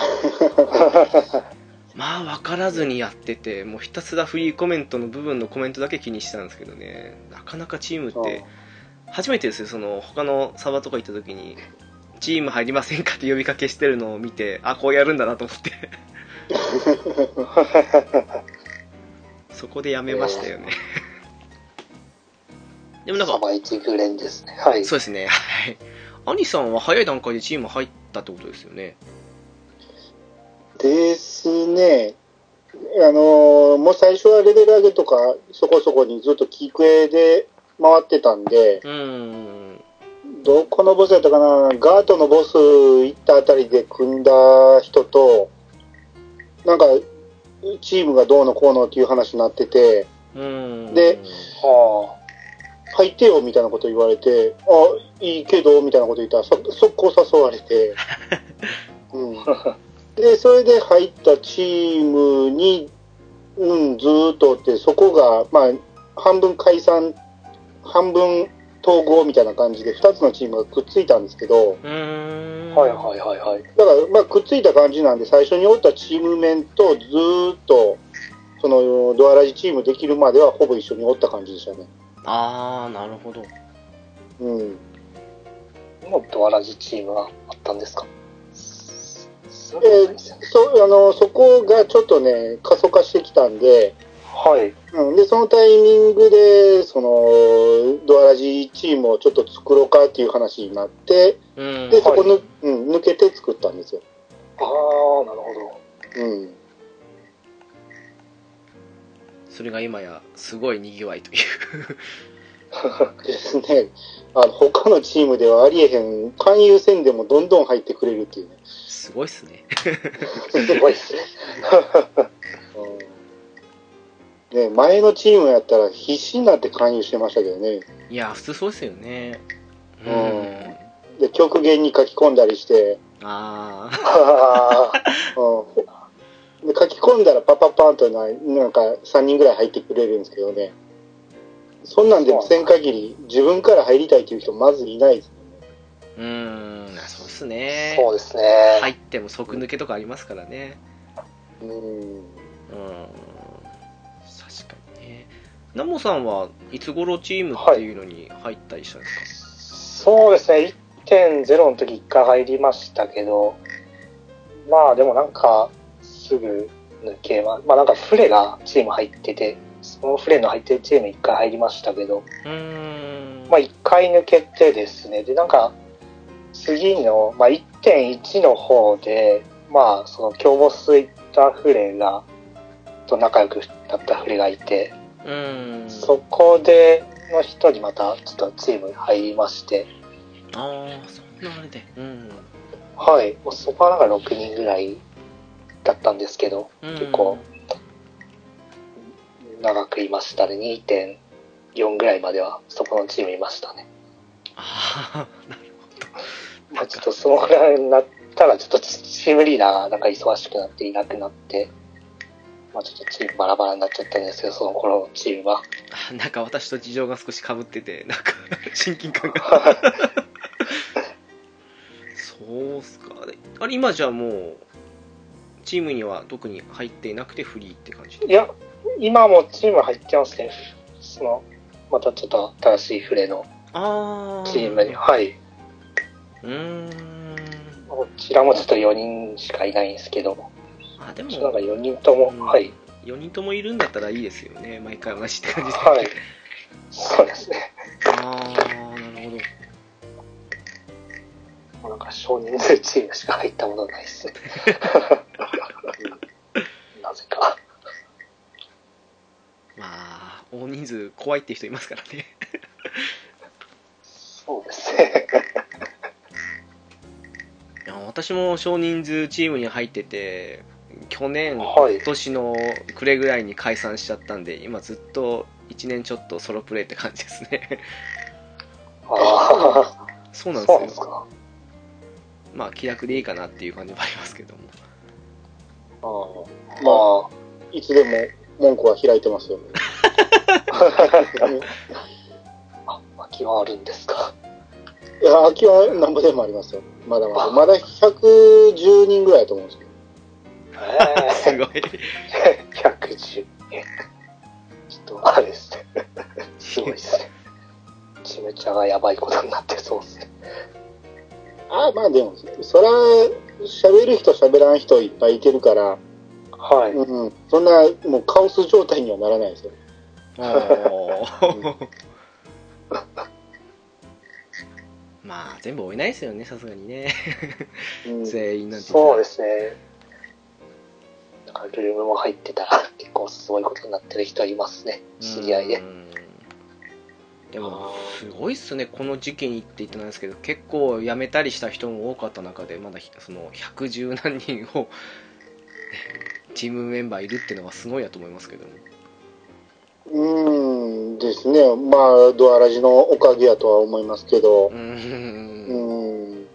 まあ分からずにやってて、もうひたすらフリーコメントの部分のコメントだけ気にしたんですけどね、なかなかチームって初めてですよ。その他のサバとか行った時にチーム入りませんかって呼びかけしてるのを見て、あこうやるんだなと思ってそこでやめましたよねでもなんかサバイチグレンですね。はい。 そうですね。はい。アニさんは早い段階でチーム入ったってことですよね。 ですね。あのー、もう最初はレベル上げとかそこそこにずっとキークエで回ってたんで、 うーん。 どこのボスやったかな、ガートのボス行ったあたりで組んだ人と、なんかチームがどうのこうのっていう話になってて、 うーん。 で、 はあ。 入ってよみたいなこと言われて、あ、いいけどみたいなこと言ったらそ速攻誘われて、うん、でそれで入ったチームに、うん、ずーっとおって、そこが、まあ、半分解散半分統合みたいな感じでふたつのチームがくっついたんですけど、 うーん。 はいはいはいはい。 だから、まあ、くっついた感じなんで、最初におったチーム面とずーっとそのドアラジチームできるまではほぼ一緒におった感じでしたね。 あー、なるほど。 うん。 もうドアラジチームがあったんですか？ えー、そ, あのそこがちょっとね過疎化してきたんで、 はい。 うん、でそのタイミングでそのドアラジチームをちょっと作ろうかっていう話になって、 うん。 でそこぬ、 はい、 うん、抜けて作ったんですよ。 ああ、なるほど。うん。 それが今やすごい賑わいというですね。あの他のチームではありえへん勧誘戦でもどんどん入ってくれるっていうね。 すごいっすねすごいっすねうん、ね、前のチームやったら必死になって勧誘してましたけどね。 いや普通そうですよね。 うん、で極限に書き込んだりして、 ああ、うん、で書き込んだらパパパンとなんかさんにんぐらい入ってくれるんですけどね。そんなんでもせん限り自分から入りたいという人まずいないですよね。 うーん、そうですね。 そうですね。 入っても即抜けとかありますからね。 うん。うん。 確かにね。ナモさんはいつ頃チームっていうのに入ったりしたんですか？ はい、そうですね。いってんゼロ の時いっかい入りましたけど、まあでもなんかすぐ抜けま、まあなんかフレがチーム入ってて、そのフレの入ってるチームいっかい入りましたけど、 うーん、 まあいっかい抜けてですね、でなんか次の、まあ、いってんいち の方で、まあその強ボスいったフレがと仲良くなったフレがいて、 うーん、 そこでの人にまたちょっとチームに入りまして、 ああ、そんなあれで、うん、 はい、もうそこはなんかろくにんぐらいだったんですけど、 うん、 結構長くいましたね。 にてんよん ぐらいまではそこのチームいましたね。 ああ、なるほど。 まあちょっとそのぐらいになったらちょっとチームリーダーがなんか忙しくなっていなくなって、まあちょっとチームバラバラになっちゃったんですけど、その頃のチームは。 なんか私と事情が少し被ってて、なんか親近感がそうっすか。あれ今じゃあもうチームには特に入っていなくてフリーって感じ？ いや、今もチーム入ってますね。そのまたちょっと新しいフレのチームに、はい。 うーん。 こちらもちょっとよにんしかいないんですけど、 あ、でもなんかよにんとも、うん、はい。 よにんともいるんだったらいいですよね。毎回同じって感じで。 はい。そうですね。 ああ、なるほど。 もうなんか少人数チームしか入ったことないですね。なぜか。 まあ大人数怖いって人いますからね。 そうですね。 いや私も少人数チームに入ってて、去年、 はい、 今年の暮れぐらいに解散しちゃったんで、今ずっといちねんちょっとソロプレイって感じですね。 ああ、 そうなんですよ。 そうなんですか。 まあ気楽でいいかなっていう感じもありますけどあも。 あ、まあ、いつでも門戸は開いてますよね。 あ、空きはあるんですか。 いや、空きは何ぼでもありますよ。まだまだ。まだひゃくじゅうにんぐらいだと思うんですけど。 えー、 すごい。 ひゃくじゅう。ちょっと、あれですね。すごいですね。ちむちゃがやばいことになってそうですね。 ああ、まあでも、そら、喋る人喋らん人いっぱいいてるから、 はい。 うん、そんな、もうカオス状態にはならないですよ。 おーまあ全部追えないですよね、さすがにね。 うん、 全員なんてそうですね。だからルームも入ってたら結構すごいことになってる人いますね、知り合いで。 でもすごいっすね、この時期にって言ってないですけど、結構辞めたりした人も多かった中で、まだそのひゃくじゅうなんにんをチームメンバーいるっていうのはすごいなと思いますけども。 うーんですね。まあ、ドアラジのおかげやとは思いますけど。 うーん。 うーん。 うん。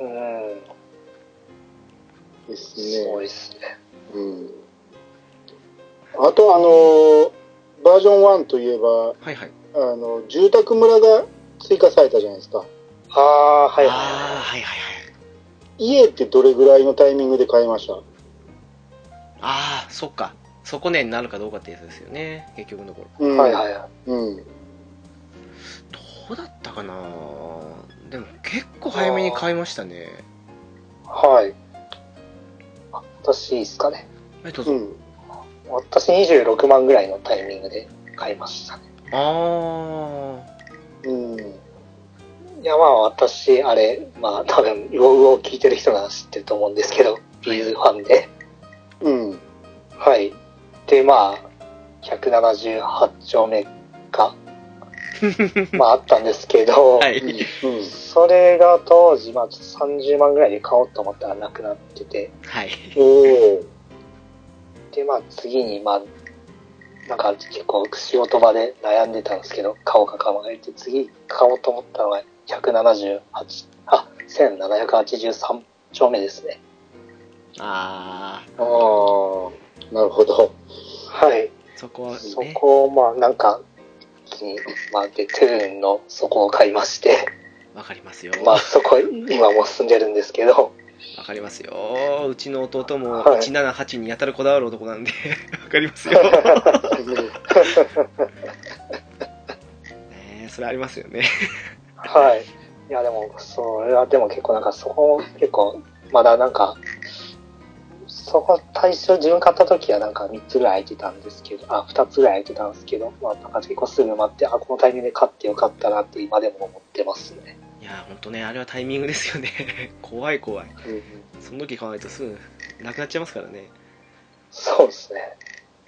ですね。 すごいですね。 うん。あと、あの、バージョンワンといえば、 はいはい。 あの、住宅村が追加されたじゃないですか。 ああ、はいはいああ、 はい。 はいはいはい。 家ってどれぐらいのタイミングで買いました？ ああ、そっか。底値になるかどうかってやつですよね、結局のところ。 うん、 はいはいはい。 うん。 どうだったかな。でも結構早めに買いましたね。 はい。あ、私いいですかね。 はい、どうぞ。 うん、 私にじゅうろくまんぐらいのタイミングで買いましたね。 ああ。 うん。 いやまあ私、あれ、まあ多分、ウォウォを聞いてる人なら知ってると思うんですけど、ビーズファンで。 うん。 はい。で、まあ、ひゃくななじゅうはち丁目が、まああったんですけど、 はい。 うん。 それが当時、まあちょっとさんじゅうまんぐらいで買おうと思ったらなくなってて、 はい。 おー。 で、まあ次に、まあ、なんか結構仕事場で悩んでたんですけど、買おうか買おうか言って、次買おうと思ったのがひゃくななじゅうはち、あ、せんななひゃくはちじゅうさん丁目ですね。 ああ。 ああ、なるほど。 はい。 そこはね。 そこを、まあなんか、一気に、まあで、トゥーンのそこを買いまして、 わかりますよ。 まあそこ今も住んでるんですけど、 わかりますよ。うちの弟もはいいちななはちにやたらこだわる男なんで、わかりますよ。ねえ、それありますよね。 はい。いやでも、それはでも結構なんかそこ結構、まだなんか、そこ最初自分買った時はなんかみっつぐらい空いてたんですけど、あ、ふたつぐらい空いてたんですけど、まあなんか結構すぐ待って、あ、このタイミングで買ってよかったなって今でも思ってますね。 いや、ほんとね、あれはタイミングですよね。怖い怖い。 うんその時買わないとすぐなくなっちゃいますからね。 そうですね。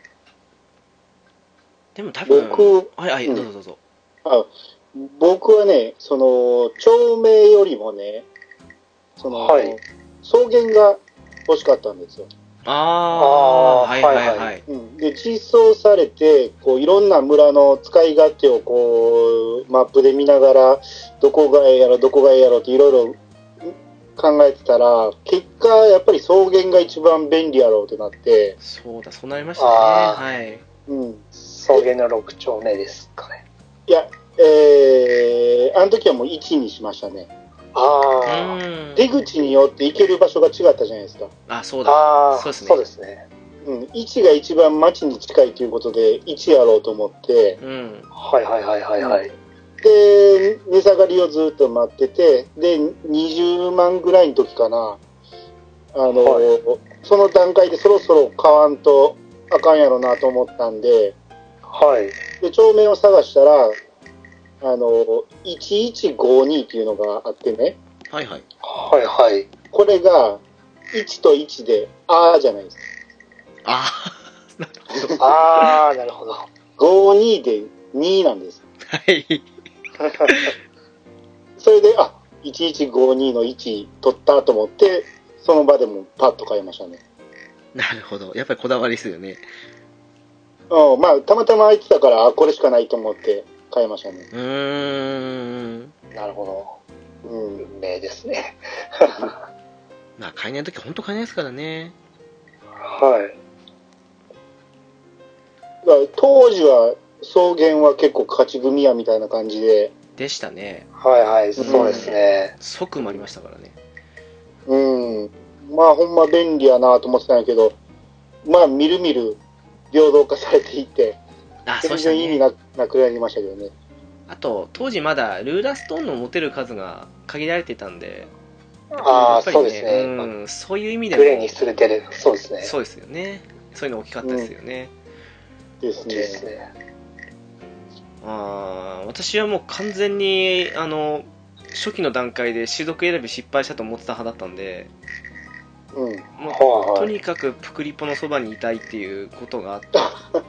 でも多分、 僕はいはい、 うんどうぞどうぞ。 あ、僕はね、その、町名よりもね、その、 はい草原が欲しかったんですよ。 ああ、 あーはいはいはい。 はいうん、で、実装されて、こう、いろんな村の使い勝手をこう、マップで見ながら、どこがええやろ、どこがええやろっていろいろ考えてたら、結果、やっぱり草原が一番便利やろうってなって、 そうだ、そうなりましたね。 あーはい。 うん。 草原のろく丁目ですかね。 いや、えー、あの時はもういちにしましたね。 うあーん。 出口によって行ける場所が違ったじゃないですか。 あ、そうあ、 だ。 ああ、 そうですね。 そうですね。 うん。いちが一番街に近いということで、いちやろうと思って、 うん。 はいはいはいはいはい。 で、値下がりをずっと待ってて、で、にじゅうまんぐらいの時かな、あの、 はその段階でそろそろ買わんとあかんやろなと思ったんで、 はい。 で、帳面を探したら、あの、いちいちごにっていうのがあってね、 はいはい。 はいはい。 これがいちといちであーじゃないですか。 ああ、なるほど。 あー、なるほど。 ごじゅうにでになんです。 はい。 それで、あ、いちいちごじゅうにのいち取ったと思って、その場でもパッと買いましたね。 なるほど。やっぱりこだわりですよね。 うん、まあ、たまたま空いてたから、あ、これしかないと思って買いましたね。 うーん。 なるほど。 うん。 運命ですね。 まあ、買えないとき本当買えないですからね。 はい。 だから当時は、草原は結構勝ち組やみたいな感じで。 でしたね。 はいはい、そうですね。 即もありましたからね。 うん。まあ、ほんま便利やなと思ってたんやけど、まあ、みるみる平等化されていって、 あ、そ全うしたね。 然意味ななくなりましたけどね。 あと、当時まだルーラーストーンの持てる数が限られてたんで、 ああ、 やっぱりそうですね。 うん、そういう意味でも、 グレーにするてる。そうですね。 そうですよね。そういうの大きかったですよね。 ですね。 ですね。 あー、私はもう完全に、あの、初期の段階で種族選び失敗したと思ってた派だったんで、 うん。 もうはいはいとにかくプクリポのそばにいたいっていうことがあって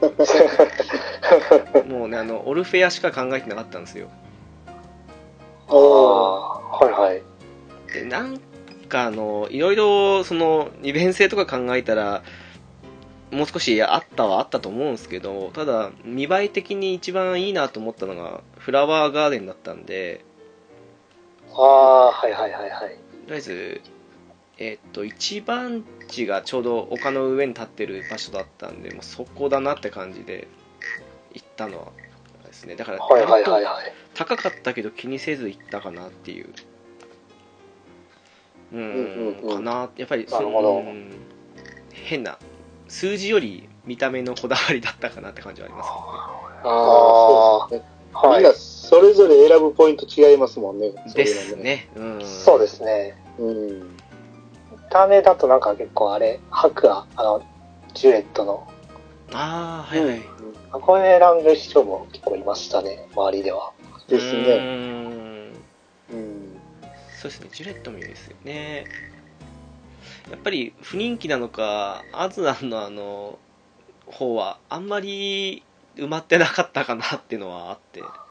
もうね、あのオルフェアしか考えてなかったんですよ。 ああ、はいはい。 でなんかあのいろいろその利便性とか考えたらもう少しあったはあったと思うんですけど、ただ見栄え的に一番いいなと思ったのがフラワーガーデンだったんで、 ああ、はいはいはいはい。 とりあえずえっと一番地がちょうど丘の上に立ってる場所だったんで、もうそこだなって感じで行ったのはですね。だからはいはいはい割とはい。 高かったけど気にせず行ったかなっていう、ううんうんん、 うんかな。やっぱりそなるほどうん変な数字より見た目のこだわりだったかなって感じはありますああ、そうですね。 はいみんなそれぞれ選ぶポイント違いますもんね。 けどそういうのね。ですね。うん。 そうですね。 うん。 見た目だとなんか結構あれ、白は、あの、ジュレットの、 ああ、はいはい。 あこれ選んでる人も結構いましたね、周りでは。 ですね。 うーんうん。 そうですね、ジュレットもいいですよね。やっぱり不人気なのか、アズナンのあの方はあんまり埋まってなかったかなっていうのはあって。 あ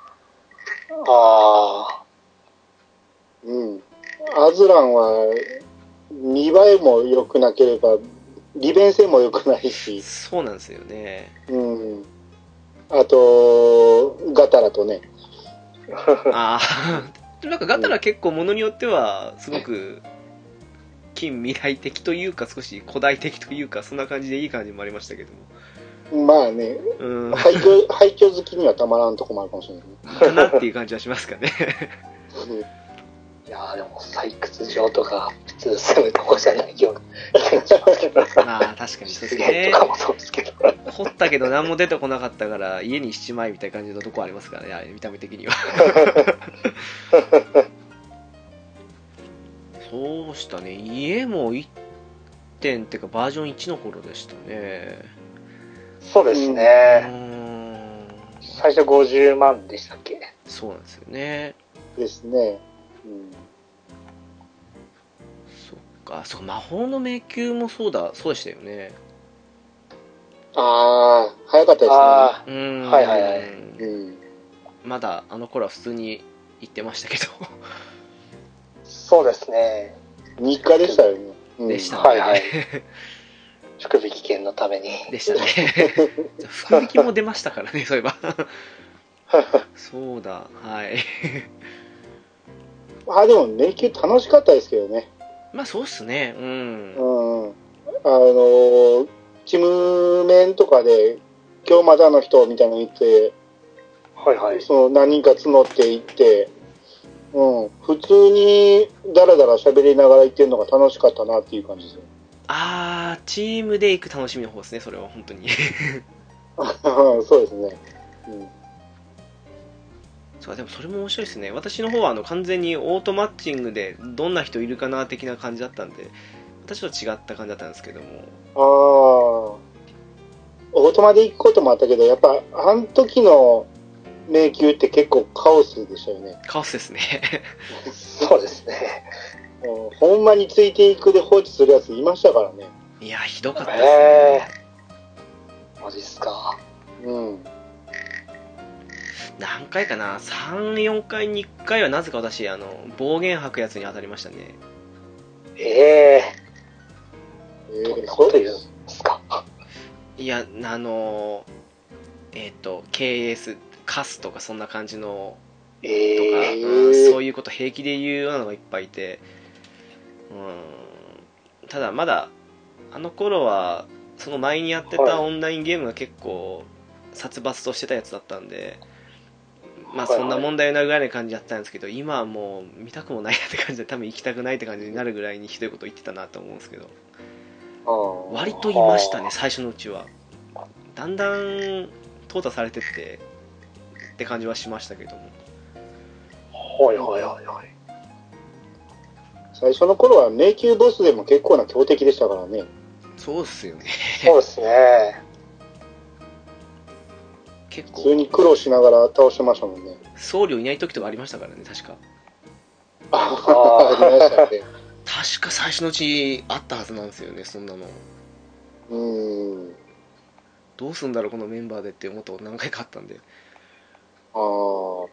あ、 うん。アズランは、見栄えも良くなければ、利便性も良くないし、 そうなんですよね。 うん。あと、ガタラとね。 ああ、なんかガタラ結構ものによってはすごく近未来的というか少し古代的というかそんな感じでいい感じもありましたけども。 まあね、 うん。 廃墟、廃墟好きにはたまらんとこもあるかもしれないね。 かなっていう感じはしますかね。 うんいやーでも採掘場とか普通住むとこじゃないような気がしますけど。 まあ確かにそうですすげえねと。かもそうですけど。 掘ったけど何も出てこなかったから家にしちまいみたいな感じのとこありますからね、あれ見た目的には。そうしたね、家もいってんっていうかバージョンいちの頃でしたね。 そうですうね。 ーん、 最初ごじゅうまんでしたっけ？ そうなんですよね。 ですね。うん。 そっか、そう、魔法の迷宮もそうだ、そうでしたよね。 ああ、早かったですね。 あうーん、 はいはいはいうん。 まだあの頃は普通に行ってましたけど。 そうですね。 日課でしたよね。うん、 でしたね。 はいはい。福引券のために。 でしたね。福引きも出ましたからね、そういえば。そうだ、はい。 あ、でも迷宮楽しかったですけどね。 まあそうっすね、うん。 うん。あの、チーム面とかで、今日まだの人みたいなの言って、 はいはい。 その何人か募っていって、うん。普通にダラダラ喋りながら行ってるのが楽しかったなっていう感じですよ。 あー、チームで行く楽しみの方ですね、それは本当に。 そうですね。うん。 そう、でもそれも面白いですね。私の方はあの完全にオートマッチングでどんな人いるかな的な感じだったんで、私と違った感じだったんですけども。 ああ、オートマで行くこともあったけど、やっぱ、あの時の迷宮って結構カオスでしたよね。 カオスですね。 そうですね。 もうほんまについていくで放置するやついましたからね。 いや、ひどかったですね。 えー、マジっすか。 うん。 何回かな、さん、よんかいにいっかいはなぜか私、あの、暴言吐くやつに当たりましたね。 ええー、どんー、 なこと言うんですか。 いや、あの、えっ、と、ケーエス、カスとかそんな感じの、 えとか、 ー、 うん、そういうこと平気で言うようなのがいっぱいいて、うん、ただまだ、あの頃は、その前にやってたオンラインゲームが結構、殺伐としてたやつだったんで、まあそんな問題になるぐらいの感じだったんですけど、今はもう見たくもないなって感じで、多分行きたくないって感じになるぐらいにひどいこと言ってたなと思うんですけど、割といましたね、最初のうちは。だんだん淘汰されてってって感じはしましたけども。 はいはいはいはい。 最初の頃は迷宮ボスでも結構な強敵でしたからね。 そうっすよね。 そうですね。 結構普通に苦労しながら倒してましたもんね。 僧侶いない時とかありましたからね、確か。 ああ、ありましたね。 確か最初のうちあったはずなんですよね、そんなの。 うーん。 どうすんだろうこのメンバーでって思ったこと何回かあったんで。 ああ。コ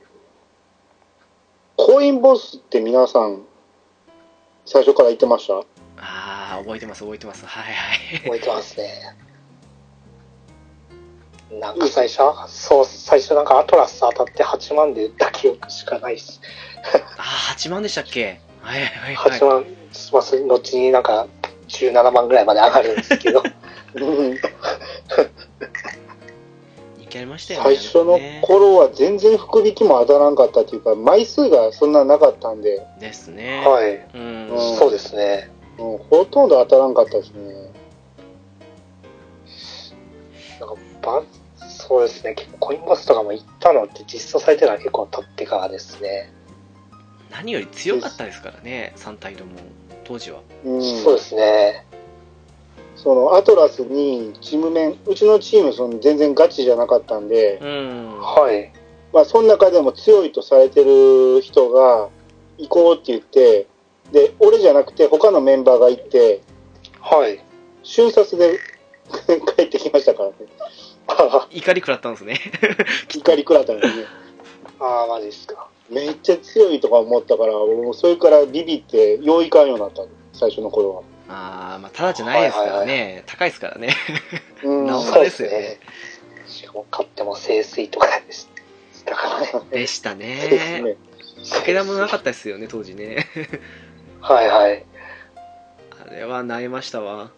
インボスって皆さん、最初から言ってました？ ああ、覚えてます覚えてます。はいはい。 覚えてますね。なんか最初、そう、最初なんかアトラス当たってはちまんで売った記憶しかないし。 ああ、はちまんでしたっけ？はいはいはい。 はちまん、まあ、その後になんかじゅうななまんぐらいまで上がるんですけど。 人気ありましたよね。 最初の頃は全然福引きも当たらんかったっていうか、枚数がそんななかったんで。 ですね。 はい。 うん。 うん、 そうですね。 うん。ほとんど当たらんかったですね。 なんかばそうですね。結構コインボスとかも行ったのって実装されてるのは結構経ってからですね。 何より強かったですからね、さん体とも当時は。 うん、 そうですね。 そのアトラスにチーム面、うちのチームその全然ガチじゃなかったんで、 うん。 はい。 まあその中でも強いとされてる人が行こうって言って、で、俺じゃなくて他のメンバーが行って、 はい。 瞬殺で帰ってきましたからね。 怒り食らったんですね。 怒り食らったんですね。 ああ、マジですか。 めっちゃ強いとか思ったから、もうそれからビビってよういかんようになった、最初の頃は。 ああ、まあただじゃないですからね。はいはいはい、高いですからね。 うん、 なおさらですよね。 ね。しかも買っても清水とかでしたからね。 でしたね。 ですね。 かけ玉なかったですよね、当時ね。 はいはい。 あれは萎えましたわ。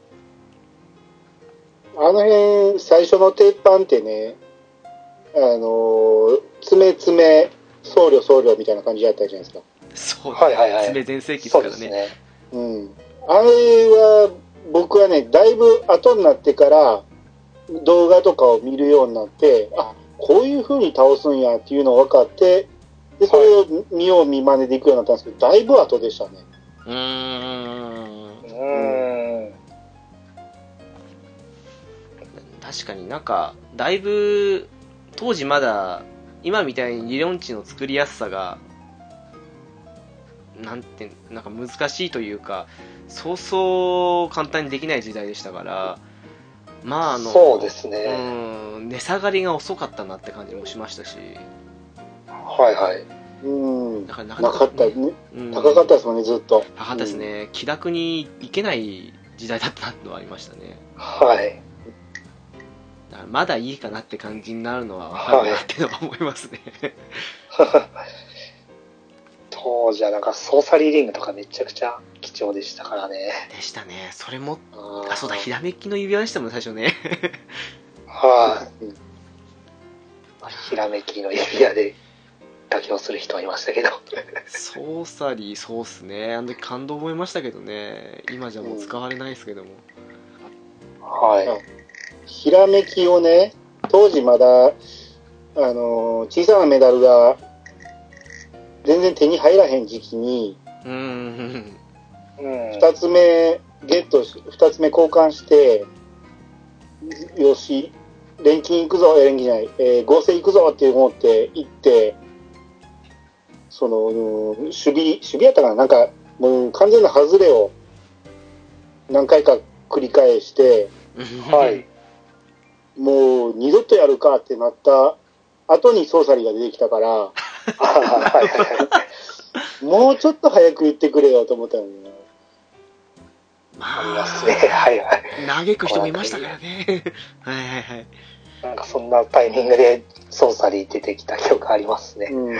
あの辺、最初の鉄板ってね、あのー、爪爪、僧侶僧侶みたいな感じだったじゃないですか。 そう、 はいはいはい。 爪全盛期ですからね。 そうですね。 うん。あれは、僕はね、だいぶ後になってから動画とかを見るようになって、あ、こういう風に倒すんやっていうのが分かって、で、それを見よう見真似でいくようになったんですけど、だいぶ後でしたね。 うーん。 うーん。 確かになんか、だいぶ、当時まだ、今みたいに理論値の作りやすさが、なんて、なんか難しいというか、そうそう簡単にできない時代でしたから、まああの、 そうですね。 うん、値下がりが遅かったなって感じもしましたし。 はいはい。 うん。 だからななかったね。 うん、 高かったですもんね、ずっと。 高かったですね。うん、気楽にいけない時代だったのはありましたね。 はい。 だからまだいいかなって感じになるのは分かるなっていうのは思いますね。 当時はなんかソーサリーリングとかめちゃくちゃ貴重でしたからね。 でしたね。それも、あ、そうだ、ひらめきの指輪でしたもん、最初ね。 はい、あ。ひらめきの指輪で妥協する人はいましたけど。 ソーサリー、そうっすね。あの時感動覚えましたけどね。今じゃもう使われないですけども。 はい。 ひらめきをね、当時まだ、あの、小さなメダルが全然手に入らへん時期に、 うーん。 二つ目ゲットし、二つ目交換して、よし、 錬金行くぞ、錬金じゃない、えー、合成行くぞって思って行って、その、守備、守備やったかな、なんか、もう完全な外れを何回か繰り返して、はい。もう二度とやるかってなった後にソーサリーが出てきたから、もうちょっと早く言ってくれよと思ったのにね。 ありますね。はいはい。 嘆く人もいましたからね。はいはいはい。 なんかそんなタイミングでソーサリー出てきた記憶ありますね。うん。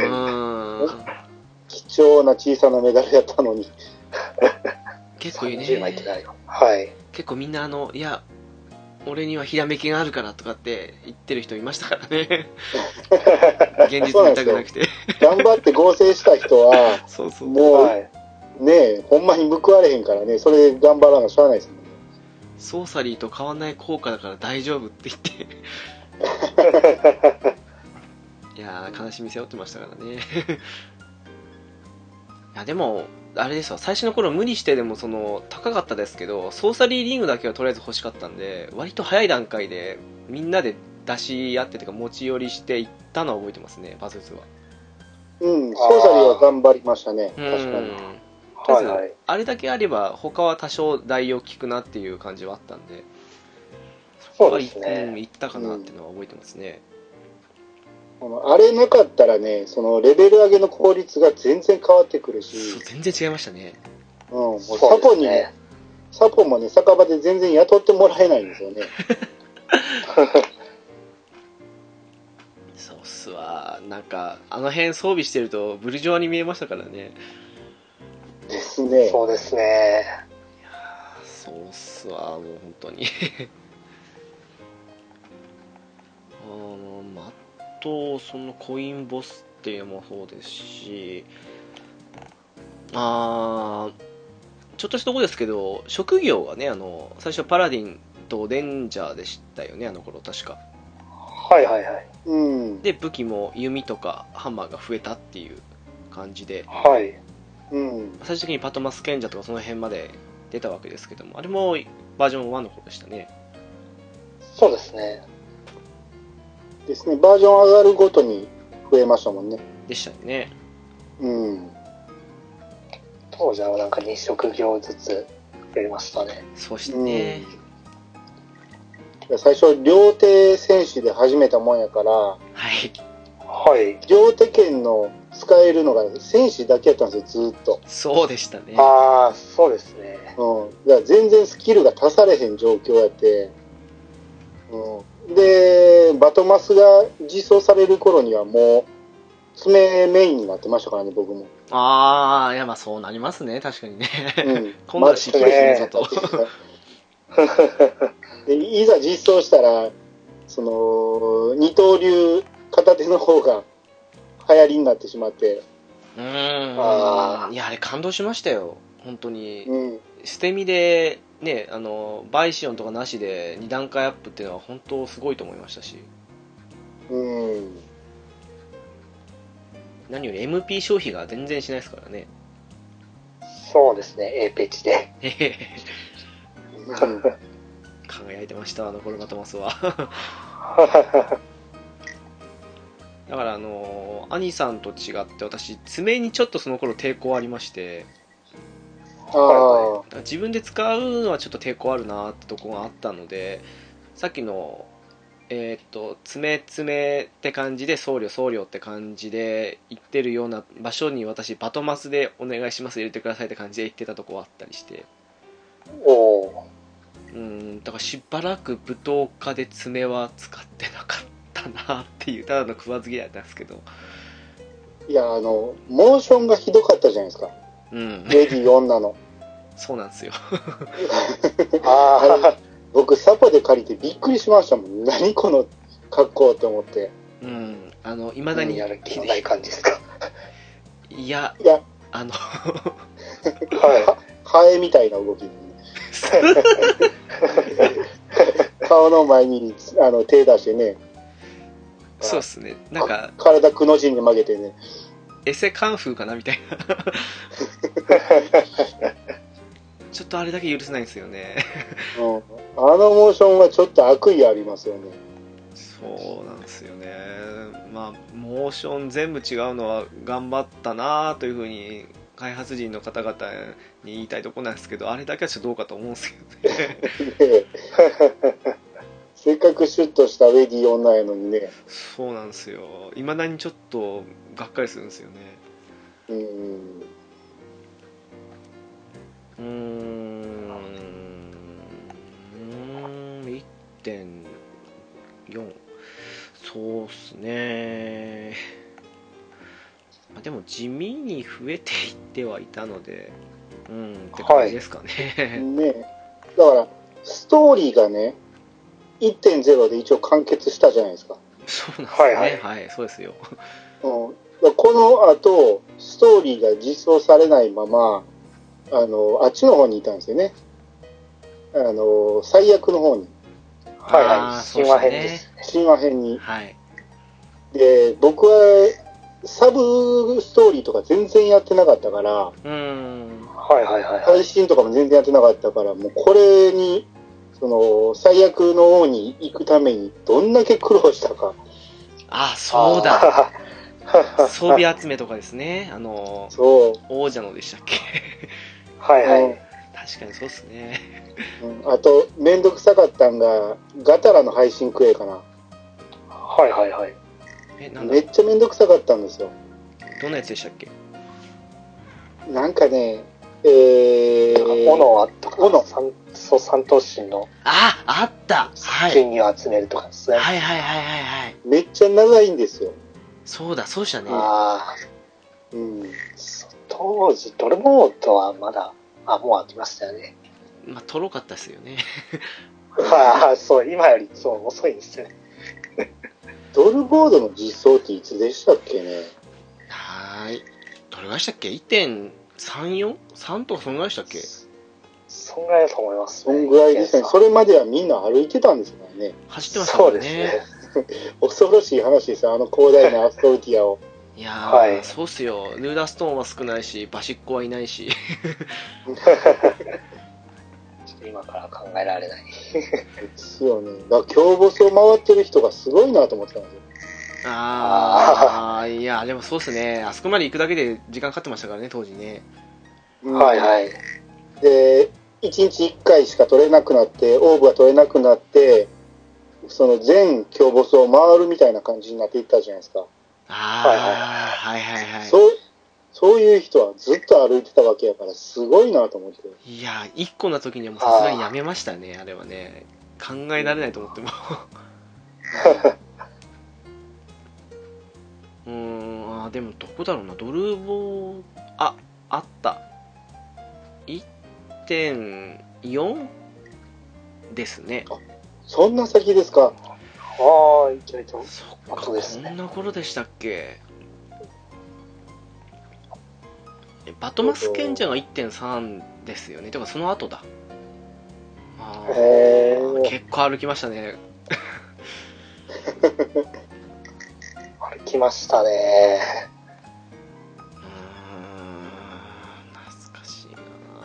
貴重な小さなメダルやったのに。 結構ね。 じゅうまいってないの。はい。 結構みんなあの、いや、俺にはひらめきがあるからとかって言ってる人いましたからね。現実見たくなくて。 頑張って合成した人は、そうそうもう、はい、ねえ、ほんまに報われへんからね、それで頑張らなしゃあないですもんね。 ソーサリーと変わんない効果だから大丈夫って言って。いやー、悲しみ背負ってましたからね。いや、でも、あれですわ、最初の頃無理してでもその高かったですけど、ソーサリーリングだけはとりあえず欲しかったんで、割と早い段階でみんなで出し合ってとか持ち寄りしていったのは覚えてますね、バズズは。 うん、ソーサリーは頑張りましたね、確かに。とりあえず、はいはい、あれだけあれば他は多少代用効くなっていう感じはあったんで、 そうですね。 うん、いったかなっていうのは覚えてますね。 うん、あれなかったらね、そのレベル上げの効率が全然変わってくるし。 そう、全然違いましたね。 うん、もうサポにね、サポもね、酒場で全然雇ってもらえないんですよね。 そうっすわ。なんか、あの辺装備してるとブルジョワに見えましたからね。 ですね。 そうですね。 いやそうっすわ、もう本当に。あの、まあと、そのコインボスっていうのもそうですし、あー、ちょっとしたとこですけど、職業がね、あの、最初パラディンとデンジャーでしたよね、あの頃確か。 はいはいはい。 うん。 で、武器も弓とかハンマーが増えたっていう感じで、 はい。 うん。 最終的にパトマス賢者とかその辺まで出たわけですけども、あれもバージョンワンの方でしたね。 そうですね。 ですね、バージョン上がるごとに増えましたもんね。 でしたね。 うん。 当時はなんかに職業ずつ増えましたね。 そうしてね。 うん、最初、両手戦士で始めたもんやから、はい。 はい。 両手剣の使えるのが戦士だけやったんですよ、ずっと。 そうでしたね。 ああ、そうですね。 うん。だから全然スキルが足されへん状況やって、うん。で、バトマスが実装される頃にはもう、爪メインになってましたからね、僕も。 ああ、いやまあそうなりますね、確かにね。 うん。 今度はしっかりするぞと。 で、いざ実装したら、その、二刀流片手の方が流行りになってしまって。 うーん。あいや、あれ感動しましたよ、本当に。うん。捨て身で、ね、あの、バイシオンとかなしでに段階アップっていうのは本当すごいと思いましたし。 うん。 何より エムピー 消費が全然しないですからね。 そうですね、A ページで。 輝いてましたあの頃バトマスは。だからあのー、兄さんと違って私爪にちょっとその頃抵抗ありまして、あ自分で使うのはちょっと抵抗あるなってとこがあったので、さっきのえー、っと爪爪って感じで僧侶僧侶って感じで言ってるような場所に私バトマスでお願いします入れてくださいって感じで言ってたとこはあったりして、 おー、 うんだからしばらく舞踏家で爪は使ってなかったなっていうただの食わず嫌いだったんですけど、 いやあのモーションがひどかったじゃないですか、うん、レディ女のそうなんですよ。 ああ僕サポで借りてびっくりしましたもん。何この格好って思って。 うん。あの未だにやる気ない感じですか。 いやいやあのはいハエみたいな動きに、ね、顔の前にあの手出してね。 そうですね。なんか体くの字に曲げてね。 エセカンフーかなみたいな。ちょっとあれだけ許せないんですよね。 うん、あのモーションはちょっと悪意ありますよね。 モーション全部違うのは頑張ったなというふうに開発陣の方々に言いたいところなんですけど、あれだけはちょっとどうかと思うんですけどね。 ねせっかくシュッとしたレディー女やのにね。 そうなんですよ。いまだにちょっとがっかりするんですよね。 うん。 うーん。いってんよん。そうっすね。でも地味に増えていってはいたので、うんって感じですかね。 ねだからストーリーがね いってんゼロ で一応完結したじゃないですか。 そうなんですね。 はいはいはい、そうですよ。 うん、この後ストーリーが実装されないままあのあっちの方にいたんですよね。あの最悪の方に。 はいはい。神話編ですね。 神話編に。 はい。 で僕はサブストーリーとか全然やってなかったから、 うーん。 はいはいはい、はい。 配信とかも全然やってなかったから、もうこれに、その、最悪の王に行くためにどんだけ苦労したか。 あ、そうだ。装備集めとかですね。あの、 そう。 王者のでしたっけ。 はいはい。 確かにそうっすね。 うん、あと、めんどくさかったんが、ガタラの配信クエかな。 はいはいはい。 え、なんだめっちゃめんどくさかったんですよ。 どんなやつでしたっけ。 なんかね、えー、 斧あったかな。 斧。 そう、三頭身の。 あ、あった。はい。 金魚を集めるとかですね。 はいはいはいはいはい。 めっちゃ長いんですよ。 そうだ、そうしたね。 ああ。 うん。 当時、ドルモードはまだ、あ、もう飽きましたよね。 まあ、とろかったですよね。 ああ、そう、今よりそう遅いんですよね。 ドルボードの実装っていつでしたっけね。 はーい。どれぐらいでしたっけ ?いってんさんよん? さんとかそんぐらいでしたっけ。 そんぐらいだと思いますね。そんぐらいですね。それまではみんな歩いてたんですからね。 走ってましたからね。 そうですね。 恐ろしい話ですよ、あの広大なアストルティアを。 いやー、 はい、 そうっすよ。ヌーダーストーンは少ないし、バシッコはいないし。 ちょっと今から考えられない。 ですよね。だから強ボスを回ってる人がすごいなと思ってたんですよ。 あー、いや、でもそうっすね。あそこまで行くだけで時間かかってましたからね、当時ね。 うん、 はいはい。 で、いちにちいっかいしか取れなくなって、オーブが取れなくなって、その全強ボスを回るみたいな感じになっていったじゃないですか。 あー、はいはいはいはい。 そう、そういう人はずっと歩いてたわけやから、すごいなと思って。 いやー、いっこの時にはもうさすがにやめましたね、あれはね。考えられないと思っても。うーん、あ、でもどこだろうな、ドルボー、あ、あった。いってんよん ですね。 そんな先ですか。 ああ、いちょいちょい。 そっあか、 とですね。 こんな頃でしたっけ。バトマス賢者が いってんさん ですよね。てかその後だ。あへー、 ー結構歩きましたね。 歩きましたね。 うーん、懐かしい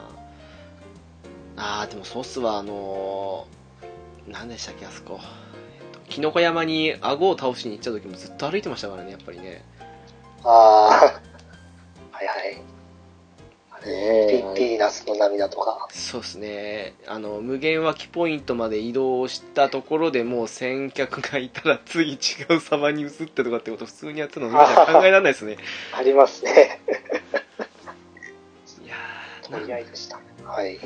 な。あー、でもそうっすわ、あのー、何でしたっけ、あそこ。キノコ山に顎を倒しに行った時もずっと歩いてましたからね、やっぱりね。 ああ、はいはい。 ねえピピーナスの涙とか。 そうですね。あの、無限脇ポイントまで移動したところでもう先客がいたら次違うサバに移ってとかってこと普通にやってたのみんな考えられないですね。 ありますね。 いやー、 取り合いでした。はい。 うん。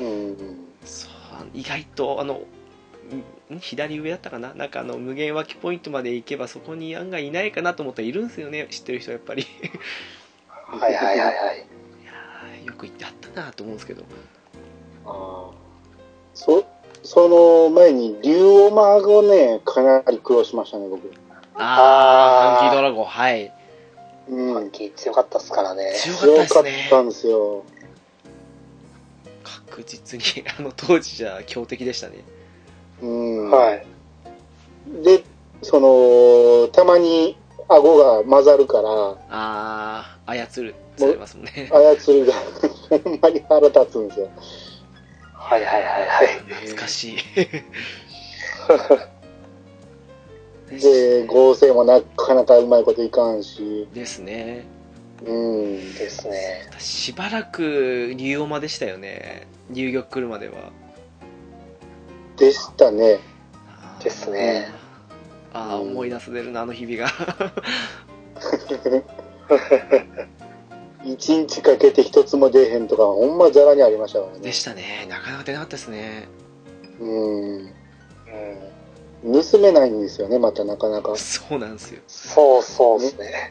そう、意外と、あの、ん左上だったかな、なんかあの無限脇ポイントまで行けばそこに案外いないかなと思ったらいるんですよね、知ってる人やっぱり。 はいはいはいはい。 いやー、よく言ってあったなと思うんですけど。 ああ。そ、その前に竜オマがね、かなり苦労しましたね、僕。 あー、ファンキードラゴン、はい。 フうんァン。キー強かったっすからね。 強かったです強ね。 かったんですよ。 確実にあの当時じゃ強敵でしたね。 うん。 はい。 で、その、たまに顎が混ざるから、 あー、操るされますもんね。 操るがほんまに腹立つんですよ。 はいはいはいはい。 懐かしい。 で、合成もなかなかうまいこといかんし。 ですね。 うん。 ですね。 しばらく竜馬でしたよね。竜玉来るまでは。 でしたね。 ですね。 ああ、 うん思い出されるな、あの日々が。 一日かけて一つも出えへんとか、ほんまザラにありましたからね。 でしたね。なかなか出なかったですね。 うん。 うん。 盗めないんですよね、またなかなか。 そうなんですよ。 そうそうですね。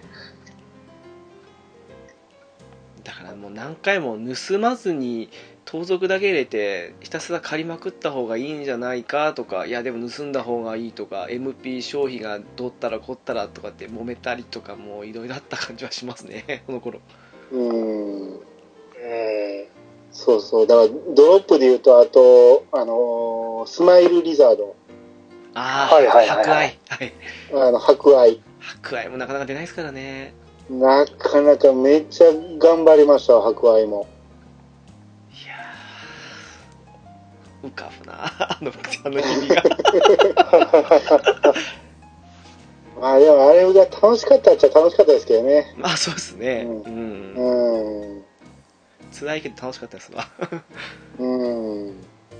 だからもう何回も盗まずに盗賊だけ入れてひたすら借りまくった方がいいんじゃないかとか、いやでも盗んだ方がいいとか、 エムピー 消費がどったらこったらとかって揉めたりとか、もういろいろあった感じはしますね、この頃。 うん。 うん。 そうそう。だから、ドロップで言うと、あと、あのースマイルリザード。 ああ、 はいはいはいはい博愛、はい、 あの、博愛。 博愛もなかなか出ないですからね。 なかなかめっちゃ頑張りました、博愛も。 いやー浮かぶなあのあの日々が。 まあでもあれが楽しかったっちゃ楽しかったですけどね。 まあそうですね。 ううんん。 うん。 辛いけど楽しかったですわ。 うん。 う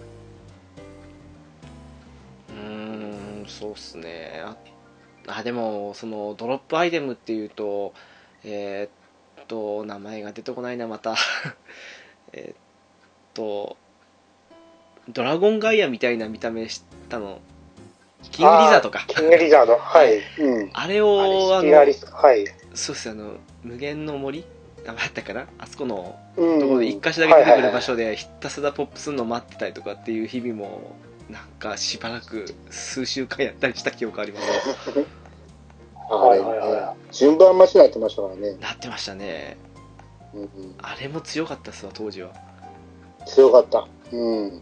ーん、そうっすね。あ、あでも、そのドロップアイテムっていうと、えーっと、名前が出てこないな、また。えーっと、ドラゴンガイアみたいな見た目したの、キングリザードか。 キングリザード。はい。 うん。 あれを、ああれ、シティアリの、 スはい。 そうっす、あの、無限の森名前あったかな、あそこのうん。 ところで一箇所だけ出てくる場所でひたすらポップするの待ってたりとかっていう日々も、なんかしばらく数週間やったりした記憶あります。 あれはいはいはね。順番待ちになってましたからね。 なってましたね。 うんうん。 あれも強かったっすわ、当時は。 強かった。うん。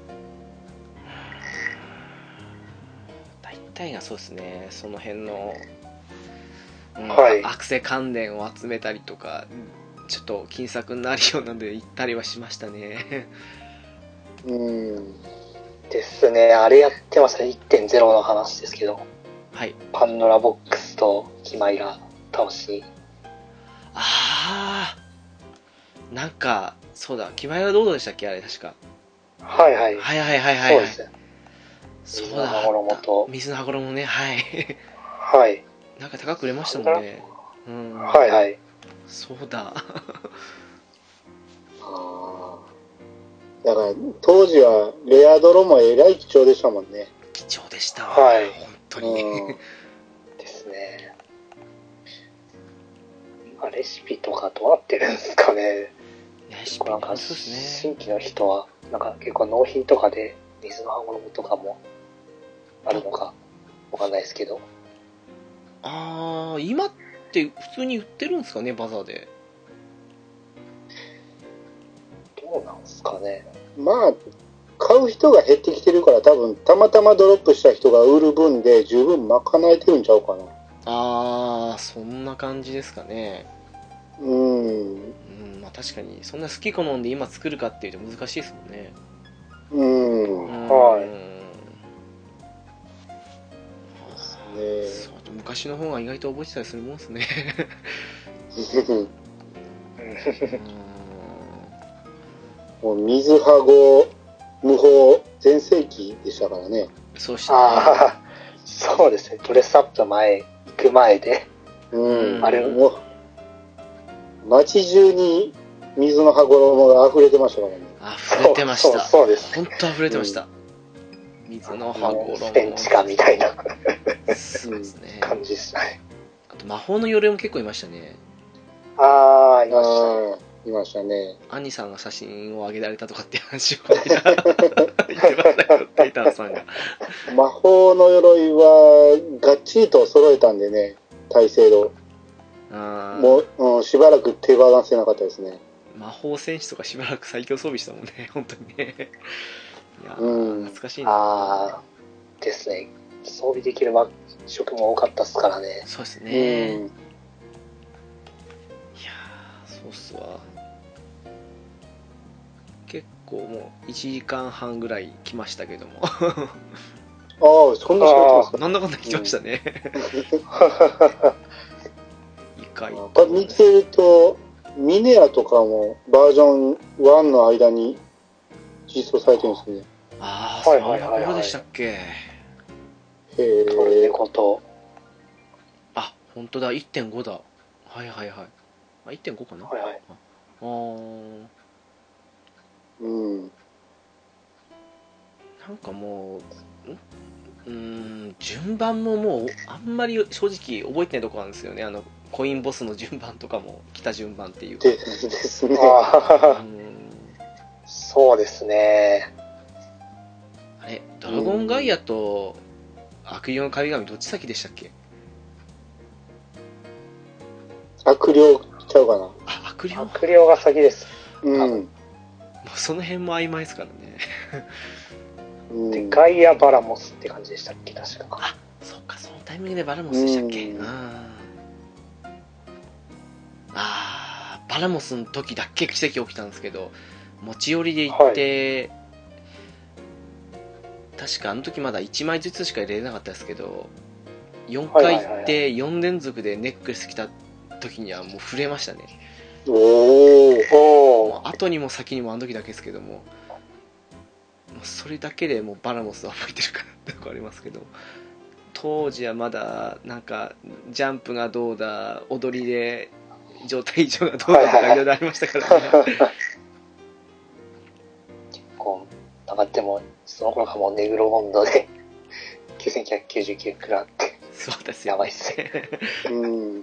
大体がそうですね、その辺の、うんはいアクセ関連を集めたりとか、ちょっと金策になるようなんで行ったりはしましたね。 うん。 ですね。あれやってましたね。いってんゼロ の話ですけど。 はい。 パンドラボックスとキマイラ倒しに。 あー、なんか、そうだ、キマイラロードでしたっけ、あれ確か。 はいはい。 はいはいはいはい、はい。 そうですね。 そうだ、 水の羽衣と水の羽衣ね、はい。 はい。 なんか高く売れましたもんね。うん。 はいはい。 そうだ。 ああ。だから、当時はレアドロもえらい貴重でしたもんね。 貴重でしたわ。 はい本当に。 うん。 ですね。今レシピとかどうなってるんですかね。 レシピなんかそうですね。 新規の人はなんか結構納品とかで水の羽衣とかもあるのかわかんないですけど。 あー、今って普通に売ってるんですかね、バザーで。 どうなんですかね。 まあ、買う人が減ってきてるから多分、たまたまドロップした人が売る分で十分賄えてるんちゃうかな。 あー、そんな感じですかね。 うん。 うん、まあ確かに、そんな好き好んで今作るかっていうと難しいですもんね。 うん。ねうん。 はいそう、あと昔の方が意外と覚えてたりするもんですね。 うんもう水はご、無法、全盛期でしたからね。 そうしたね。 ああ、そうですね。ドレスアップ前、行く前で。 うん。 あれもう、街中に水の羽衣が溢れてましたからね。 溢れてました。 そうそうそうです。 本当溢れてました。水の羽衣。 スペンチかみたいなそうですね。 感じですね。 あと魔法の鎧も結構いましたね。 ああ、いましたね。 ああ、いましたね。 アニさんが写真を上げられたとかっていう話をこの間言ってましたけど、タイタンさんが。 魔法の鎧はがっちりと揃えたんでね、体制度。 あーもう、うん、しばらく手放せなかったですね。 魔法戦士とかしばらく最強装備したもんね、本当にね。いやー、 うん懐かしいな。 ああ、ですね。装備できる職も多かったっすからね。 そうですうね。 ん。 いやー、そうっすわ。結構もういちじかんはんぐらい来ましたけども。 ああ、そんな仕事ですか。 なんだかんだ来ましたね。意外やっぱ見てると、ミネアとかもバージョンワンの間に実装されてるんですね。 ああ、 はそんいはいはいはいな頃でしたっけ。 へえ。 トルネコと、 あ、本当だ、いってんごだ。はいはいはい。あ、いってんごかな。 はいはい。 ああー、 うん。 なんかもう、んうーん、順番ももうあんまり正直覚えてないところなんですよね。あのコインボスの順番とかも来た順番っていうか。 でですね。 うああ、 ーん、 そうですね。 あれ、ドラゴンガイアと悪霊の神々どっち先でしたっけ。 悪霊ちゃうかな。 あ、悪霊。も悪霊が先です。 うん。 うその辺も曖昧ですからね。 うんで、ガイア・バラモスって感じでしたっけ、確か。 あ、そっか、そのタイミングでバラモスでしたっけ。 うんあーあー、バラモスの時だけ奇跡起きたんですけど、持ち寄りで行って、確かあの時まだいちまいずつしか入れれなかったですけど、よんかい行ってよん連続でネックレス来た時にはもう震えましたね。 おー。 おー。 もう後にも先にもあの時だけですけども、もうそれだけでもうバラモスは覚えてるかなってとこありますけど、当時はまだなんかジャンプがどうだ、踊りで状態異常がどうだとかいろいろありましたからね。 こう、なんかでも、その頃からもうネグロボンドで、きゅうせんきゅうひゃくきゅうじゅうきゅうくらって、 そうですよ、 やばいっすね。 うん。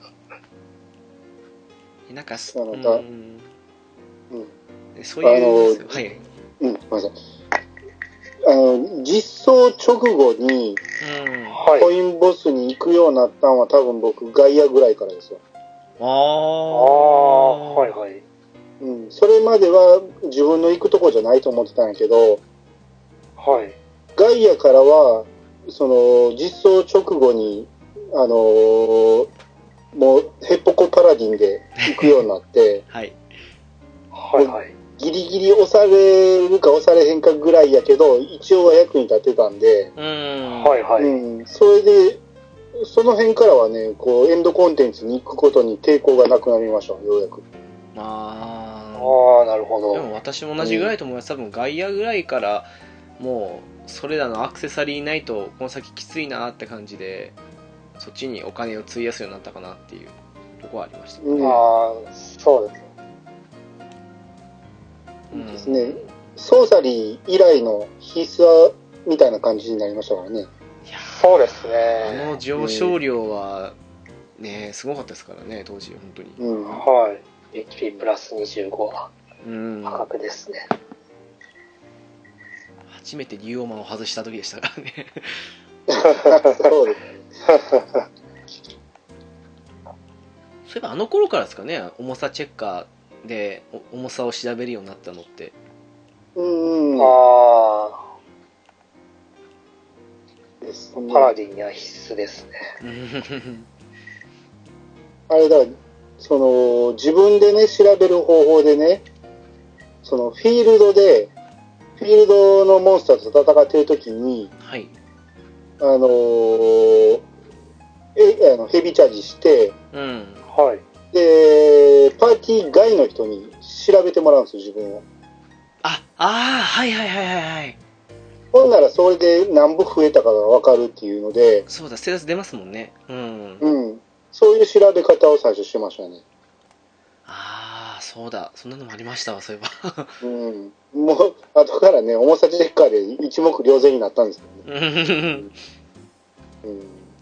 なんかそそううなんだんうん。 そういうですよ、 あのはい、 うん、ごめんなさい。あの、実装直後に、 うん、 はい。 コインボスに行くようになったのは多分僕、ガイアぐらいからですよ。 ああああ、はいはい。 うん。それまでは自分の行くとこじゃないと思ってたんやけど、 はい。 ガイアからは、その、実装直後に、あのーもう、ヘッポコパラディンで行くようになって、 はい、 はいはい。 ギリギリ押されるか押されへんかぐらいやけど、一応は役に立ってたんで、 うん、 はいはい。 うん、それで、その辺からはね、こう、エンドコンテンツに行くことに抵抗がなくなりました、ようやく。 あああ、なるほあ、でもど。 私も同じぐらいと思います。多分ガイアぐらいからもうそれらのアクセサリーないとこの先きついなって感じで、そっちにお金を費やすようになったかなっていうところはありました。 うん、 ああ、そうですね。 うんですね。ソーサリー以来の必須はみたいな感じになりましたからね。 いやそうですあね。 の上昇量はねすごかったですからね、当時本当に。 うん。 はい。エイチピー プラスにじゅうごはうん、 破格ですね。 初めて竜王マンを外した時でしたからね。 そうですね。 そういえばあの頃からですかね、重さチェッカーでお重さを調べるようになったのって。 うんうん。 あですあ、 ねパラディンには必須ですね。 うんあれだ、その、自分でね、調べる方法でね、その、フィールドで、フィールドのモンスターと戦ってる時に、 はい、 あのーえ、あの、ヘビチャージして、 うん、 はい。 で、パーティー外の人に調べてもらうんですよ、自分を。 ああー、はいはいはいはいはい、 ほんならそれで何部増えたかがわかるっていうので、 そうだ、ステータス出ますもんね。うん、 うん。そういう調べ方を最初してましたね。 ああ、そうだ、そんなのもありましたわ、そういえば。 うん。もう、後からね、重さチェッカーで一目瞭然になったんですけどね。 うんうん。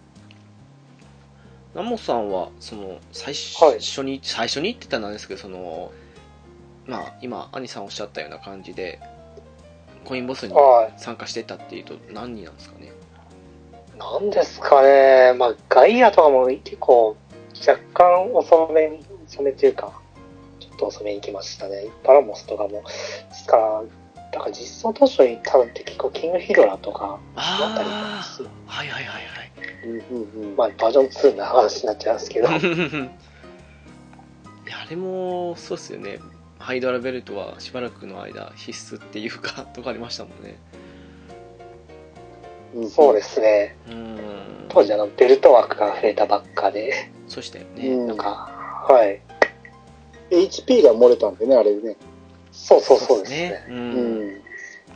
ナモさんはその最はい初に、最初にって言ったらなんですけど、そのまあ今兄さんおっしゃったような感じでコインボスには参加してたっていうと何になんですかね。 い。なんですかね。まあ、ガイアとかも結構、若干遅めに、遅めっていうか、ちょっと遅めに行きましたね。パラモスとかも。ですから、だから実装当初に多分って結構キングヒドラとか、あったりとかあですね。 あ、はいはいはいはい。 うんうんうん。 まあ、バージョンツーの話になっちゃうんですけど。 いやあれもそうですよね。ハイドラベルトはしばらくの間必須っていうかとかありましたもんね。 そうですね。 うん。 当時あのベルト枠が増えたばっかで、 そうしたよね。 うん、 なんか、はい。 エイチピー が漏れたんでね、あれね。 そうそうそうですね。 う。 うんん。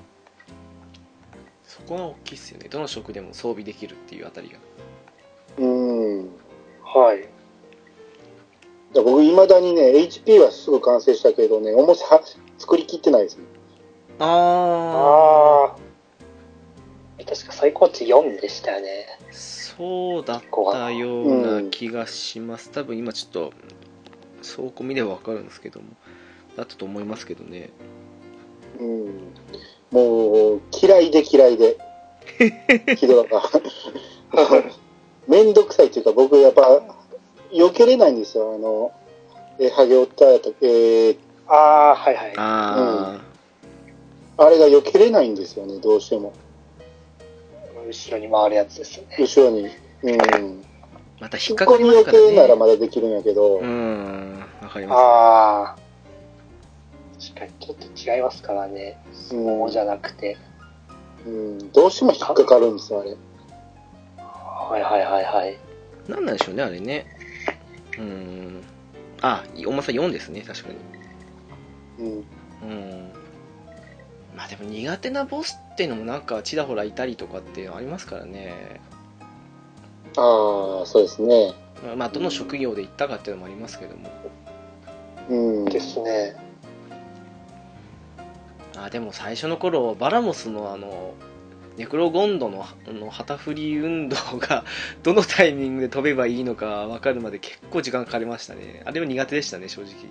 そこが大きいっすよね。どの職でも装備できるっていうあたりが。 うん。 はい。 だ僕、いまだにね、エイチピー はすぐ完成したけどね、重さは作りきってないですね。 あああ。確か最高値よんでしたよね。 そうだったような気がします。多分今ちょっと、そうこ見ればわかるんですけども。だったと思いますけどね。 うん。もう、嫌いで嫌いで。ヒドラが。めんどくさいっていうか、僕、やっぱ、避けれないんですよ。あの、え、ハゲオッタやったっけ、えー、 ああ、はいはい。 ああれが避けれないんですよね、どうしても。 後ろに回るやつですよね。 後ろに。うん。 ー。また引っ引っかか込み避りますからね。 けならまだできるんやけど、 うーん。わかりまああ。確かにちょっと違いますからね。相うん撲じゃなくて。 うん、どうしても引っかかるんですよ、あれ。 はいはいはいはい。 す。なんなんでしょうね、あれね。うーん。あ、重さよんですね、確かに。 うん。 うん。まあでも苦手なボスっていうのもなんかちらほらいたりとかっていうのありますからね。 ああ、そうですね。 まあどの職業で行ったかっていうのもありますけども。 うん。 ですね。 あ、でも最初の頃バラモスのあのネクロゴンドのあの旗振り運動がどのタイミングで飛べばいいのか分かるまで結構時間かかりましたね。あれは苦手でしたね、正直。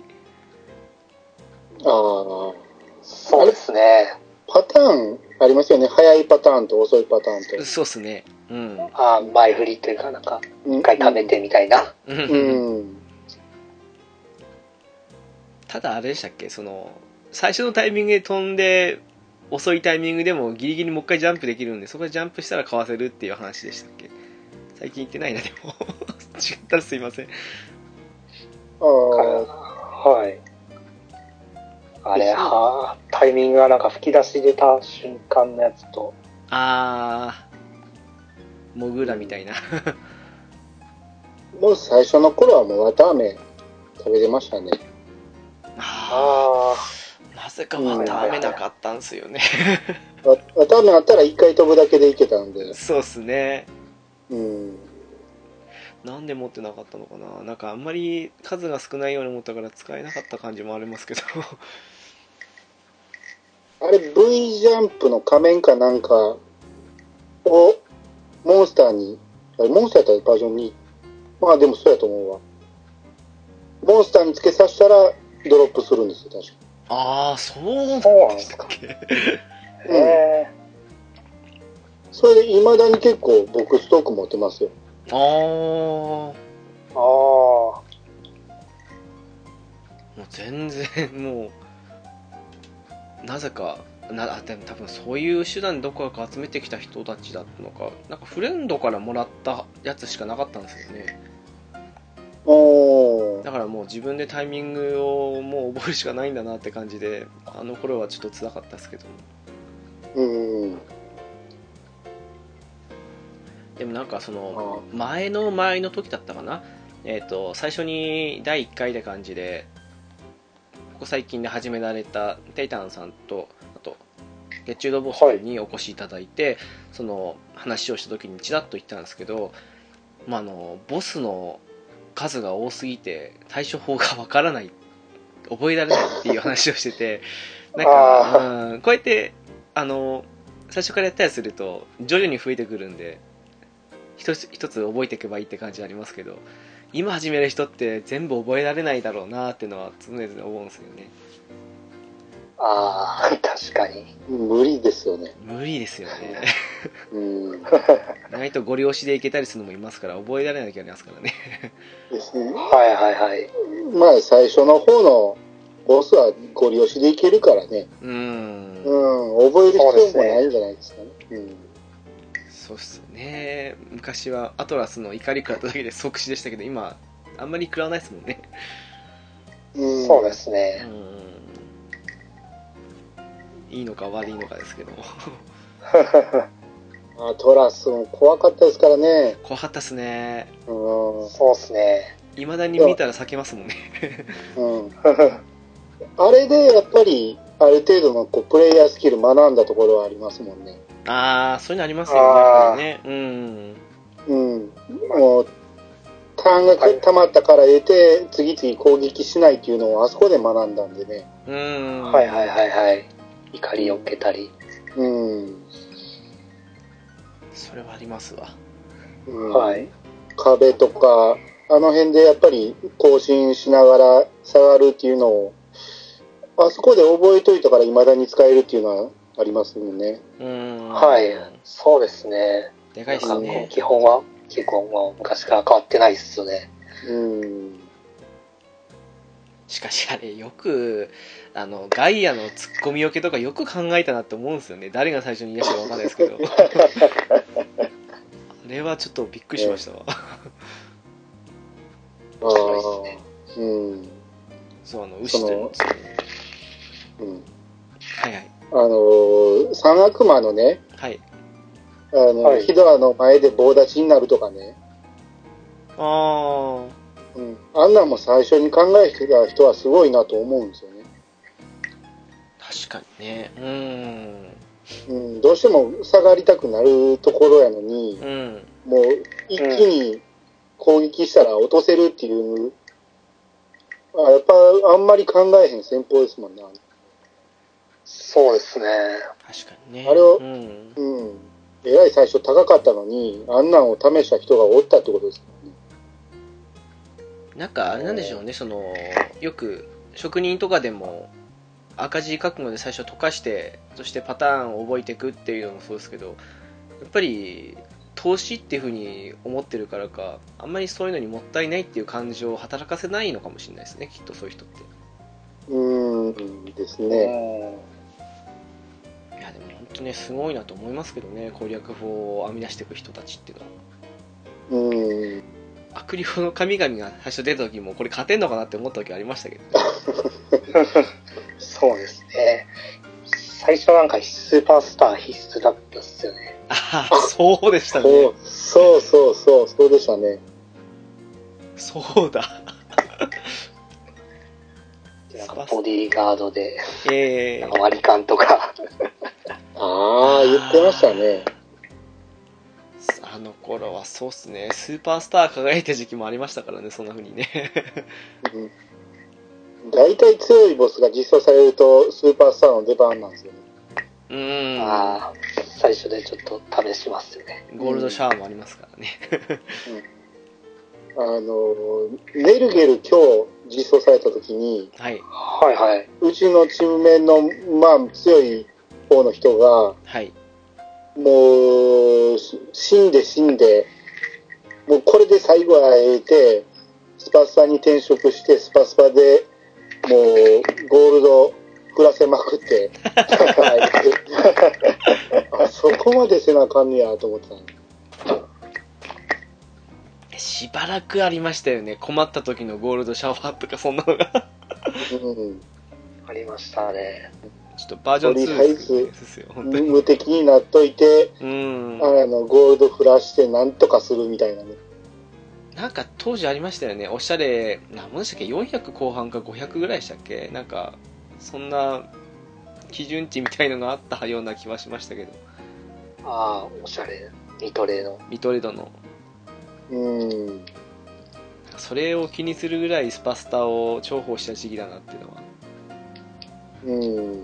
ああ、 そうですね。 パターンありますよね。早いパターンと遅いパターンと。 そうっすね。うん。 ああ、前振りというかなんか、 うん一回食べてみたいな。 う。 うんん。 ただあれでしたっけ、その最初のタイミングで飛んで遅いタイミングでもギリギリもう一回ジャンプできるんで、そこでジャンプしたらかわせるっていう話でしたっけ。最近言ってないな、でも違ったらすいません。 ああ、 はい。あれ、はタイミングがなんか吹き出し出た瞬間のやつと、 あー、モグラみたいなもう最初の頃はもう綿あめ食べれましたね。 ああー、なぜか綿あめなかったんすよねわ綿あめあったら一回飛ぶだけでいけたんで。 そうっすね。 うん。 なんで持ってなかったのかな。なんかあんまり数が少ないように思ったから使えなかった感じもありますけどあれ V ジャンプの仮面かなんかをモンスターに、あれモンスターやったらバージョンに、まあでもそうやと思うわ。モンスターにつけさせたらドロップするんですよ、確か。 ああ、そうあ、そうなんですか。 けへえ。 それで未だに結構僕ストック持ってますよ。 あー、 ああ。 もう全然もうなぜかなあ、でも多分そういう手段でどこか集めてきた人たちだったのか、なんかフレンドからもらったやつしかなかったんですよね。 おー。 だからもう自分でタイミングをもう覚えるしかないんだなって感じで、あの頃はちょっと辛かったですけども。 うん。 でもなんかその前の前の時だったかな、えっと最初にだいいっかいで感じでここ最近で始められたテイタンさんと、あと月中ロボさんにお越しいただいて、はい、その話をした時にちらっと言ったんですけど、まあ、あのボスの数が多すぎて対処法がわからない、覚えられないっていう話をしててなんか、うん、こうやってあの最初からやったりすると徐々に増えてくるんで一つ一つ覚えていけばいいって感じありますけど、今始める人って全部覚えられないだろうなっていうのは常々思うんですよね。 ああ、確かに。 無理ですよね。 無理ですよね。 うん。 意外とご利用しでいけたりするのもいますから、覚えられない時ありますからね。 ですね。 はいはいはい。 まあ最初の方のボスはご利用しでいけるからね。 うーん。 うん。覚える必要もないんじゃないですかね。うん。 そうっすよね。昔はアトラスの怒り食らっただけで即死でしたけど、今あんまり食らわないですもんね。 うん、 そうですうね。 ん。いいのか悪いのかですけども。 あトラスも怖かったですからね。 怖かったっすね。 うん。 そうっすね。 未だに見たら避けますもんね。 うん。あれでやっぱりある程度のこうプレイヤースキル学んだところはありますもんね。 ああ、そういうのありますよね。やっぱりね。うん。 うん。もう、ターンが溜まったから得て、次々攻撃しないっていうのをあそこで学んだんでね。 うん。 はいはいはいはい。怒りを受けたり。 うん。 それはありますわ。 うん、 はい。 壁とか、あの辺でやっぱり更新しながら下がるっていうのを、あそこで覚えといたから未だに使えるっていうのはありますよね。 うん。 はい。そうですね。 でかいっすね。 基本は結構もう昔から変わってないっすよね。 うん。 しかしあれよくあのガイアのツッコミよけとかよく考えたなって思うんですよね。誰が最初に言い出したかわかんないですけど。あれはちょっとびっくりしましたわ。 ああ、うん。 そうあの牛というのですね。 うん。 はいはい。 あのー、三悪魔のね、 はい。 あの、はい、ヒドラの前で棒立ちになるとかね。 ああ。 うん。あんなんも最初に考えてた人はすごいなと思うんですよね。 確かにね。うん。 うん。どうしても下がりたくなるところやのに、 うん、 もう一気に攻撃したら落とせるっていう、うん、あやっぱあんまり考えへん戦法ですもんね。 そうですね。 確かにね。 あれを、 うん。 うん。えらい最初高かったのに、あんなんを試した人がおったってことですもんね。 なんかあれなんでしょうね、そのよく職人とかでも赤字覚悟で最初溶かして、そしてパターンを覚えていくっていうのもそうですけど、やっぱり投資っていう風に思ってるからか、あんまりそういうのにもったいないっていう感情を働かせないのかもしれないですね、きっとそういう人って。 うーんですね。 いやでも本当ねすごいなと思いますけどね、攻略法を編み出していく人たちっていうのは。 うーん。 悪霊の神々が最初出た時もこれ勝てんのかなって思った時ありましたけど、ね、 そうですね。最初なんかスーパースター必須だったっすよね。 ああそうでしたね。 そうそうそうそうでしたね。 そうだ。 なんかボディーガードで、 えー、 なんか割り勘とかああ言ってましたね。 あの頃はそうっすね、スーパースター輝いた時期もありましたからね、そんな風にね。 大体強いボスが実装されるとスーパースターの出番なんですよね。 うーん。 ああ、最初でちょっと試しますよね。 ゴールドシャワーもありますからね。 うん、あのネルゲル今日実装された時に、 はい、 はいはい。 うちのチーム面のまあ強い方の人が、 はい、 もう死んで死んで、もうこれで最後は得てスパスパに転職してスパスパでもうゴールド振らせまくってあそこまでせなあかんねやと思ってたの。 しばらくありましたよね、困った時のゴールドシャワーとかそんなのが、 うん、 ありましたね。 ちょっとバージョンツーですよ、本当に無敵になっといて、 うん、 あのゴールド振らしてなんとかするみたいなね。 なんか当時ありましたよね、おしゃれ何もでしたっけ、よんひゃく後半かごひゃくぐらいでしたっけ、なんかそんな基準値みたいのがあったような気はしましたけど。 ああ、おしゃれ、ミトレーのミトレードの、 うん、 それを気にするぐらいスパスタを重宝した時期だなっていうのは。 うん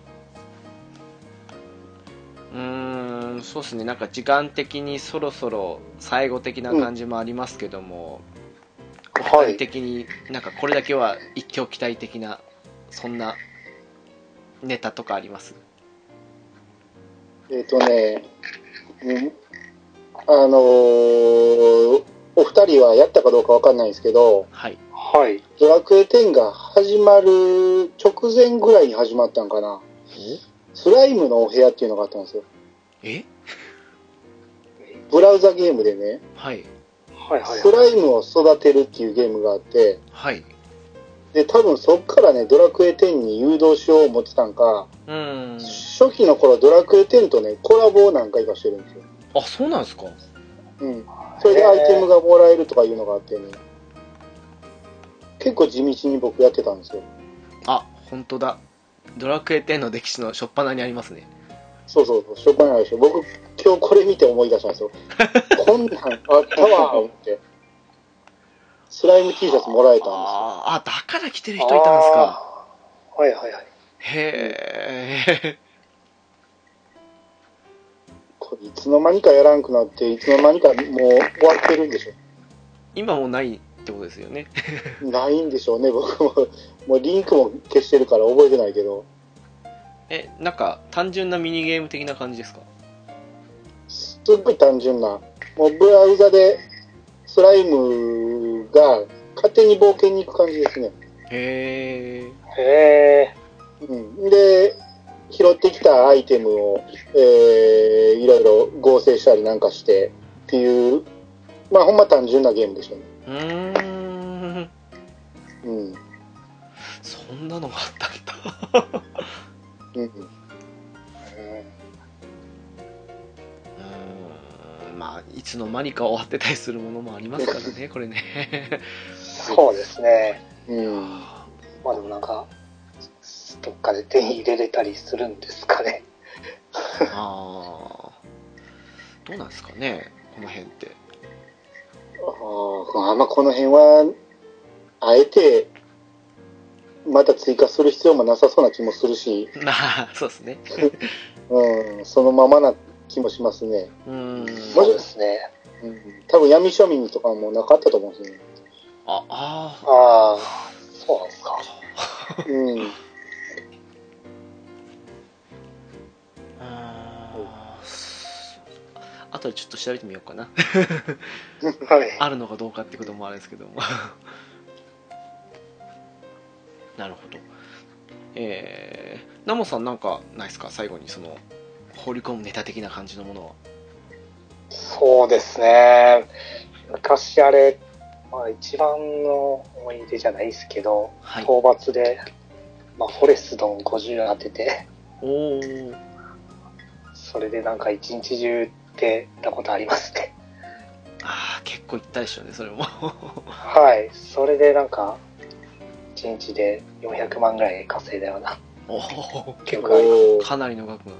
うーん、そうですね、なんか時間的にそろそろ最後的な感じもありますけども、うん、お二人的になんかこれだけは一挙期待的なそんなネタとかあります？ えっ、ー、とね、うん、あのー、お二人はやったかどうかわかんないんですけど、 はい、 はい、 ドラクエテンが始まる直前ぐらいに始まったんかな。スライムのお部屋っていうのがあったんですよ。 え？ ブラウザゲームでね、 はい、 はいはいはい、 スライムを育てるっていうゲームがあって、 はい、 で多分そっからねドラクエテンに誘導しよう思ってたんか、 うん、 初期の頃ドラクエテンとねコラボを何回かしてるんですよ。 あ、そうなんですか。 うん。それでアイテムがもらえるとかいうのがあってね。結構地道に僕やってたんですよ。 あ、本当だ。ドラクエテンの歴史の初っ端にありますね。 そうそうそう、しょうがないでしょ。僕、今日これ見て思い出したんですよ。こんなんあったわ、思って。スライム T シャツもらえたんですよ。 ああ、だから着てる人いたんですか。 はいはいはい。 へえ。 これいつの間にかやらんくなって、いつの間にかもう終わってるんでしょ。 今もうないってことですよね。 ないんでしょうね、僕も。もうリンクも消してるから覚えてないけど。 え、なんか単純なミニゲーム的な感じですか。 すっごい単純な。もうブラウザでスライムが勝手に冒険に行く感じですね。 へえ。 へうん。で、拾ってきたアイテムを、えー、いろいろ合成したりなんかしてっていう、まあほんま単純なゲームでしょうね。 うーん。 うん。 そんなのがあったんだ。 うん。 うーん。まあいつの間にか終わってたりするものもありますからね、これね。 そうですね。 うん。 まあでもなんか、どっかで手に入れれたりするんですかね。 ああ。どうなんですかね、この辺って。 ああ、まあこの辺は、あえて、また追加する必要もなさそうな気もするし、 まあ、そうですね。 うん、そのままな気もしますね。 うーん。 そうですね。 うん、多分闇庶民とかもなかったと思うんですよね。 あ、ああ。 ああ、そうなんですか。 うん。 ああとでちょっと調べてみようかな。 はい。 あるのかどうかってこともあるんですけども。なるほど。えー、ナモさんなんかないですか、最後にその放り込むネタ的な感じのものは。 そうですね。昔あれ、まあ一番の思い出じゃないですけど、 はい、 討伐で、まあフォレスドンごじゅう当てて、 おお。 それでなんか一日中ってたことありますね。 ああ、結構いったでしょうね、それも。 はい。それでなんか、一日でよんひゃくまんぐらい稼いだようなおお、 記憶があります。 かなりの額が。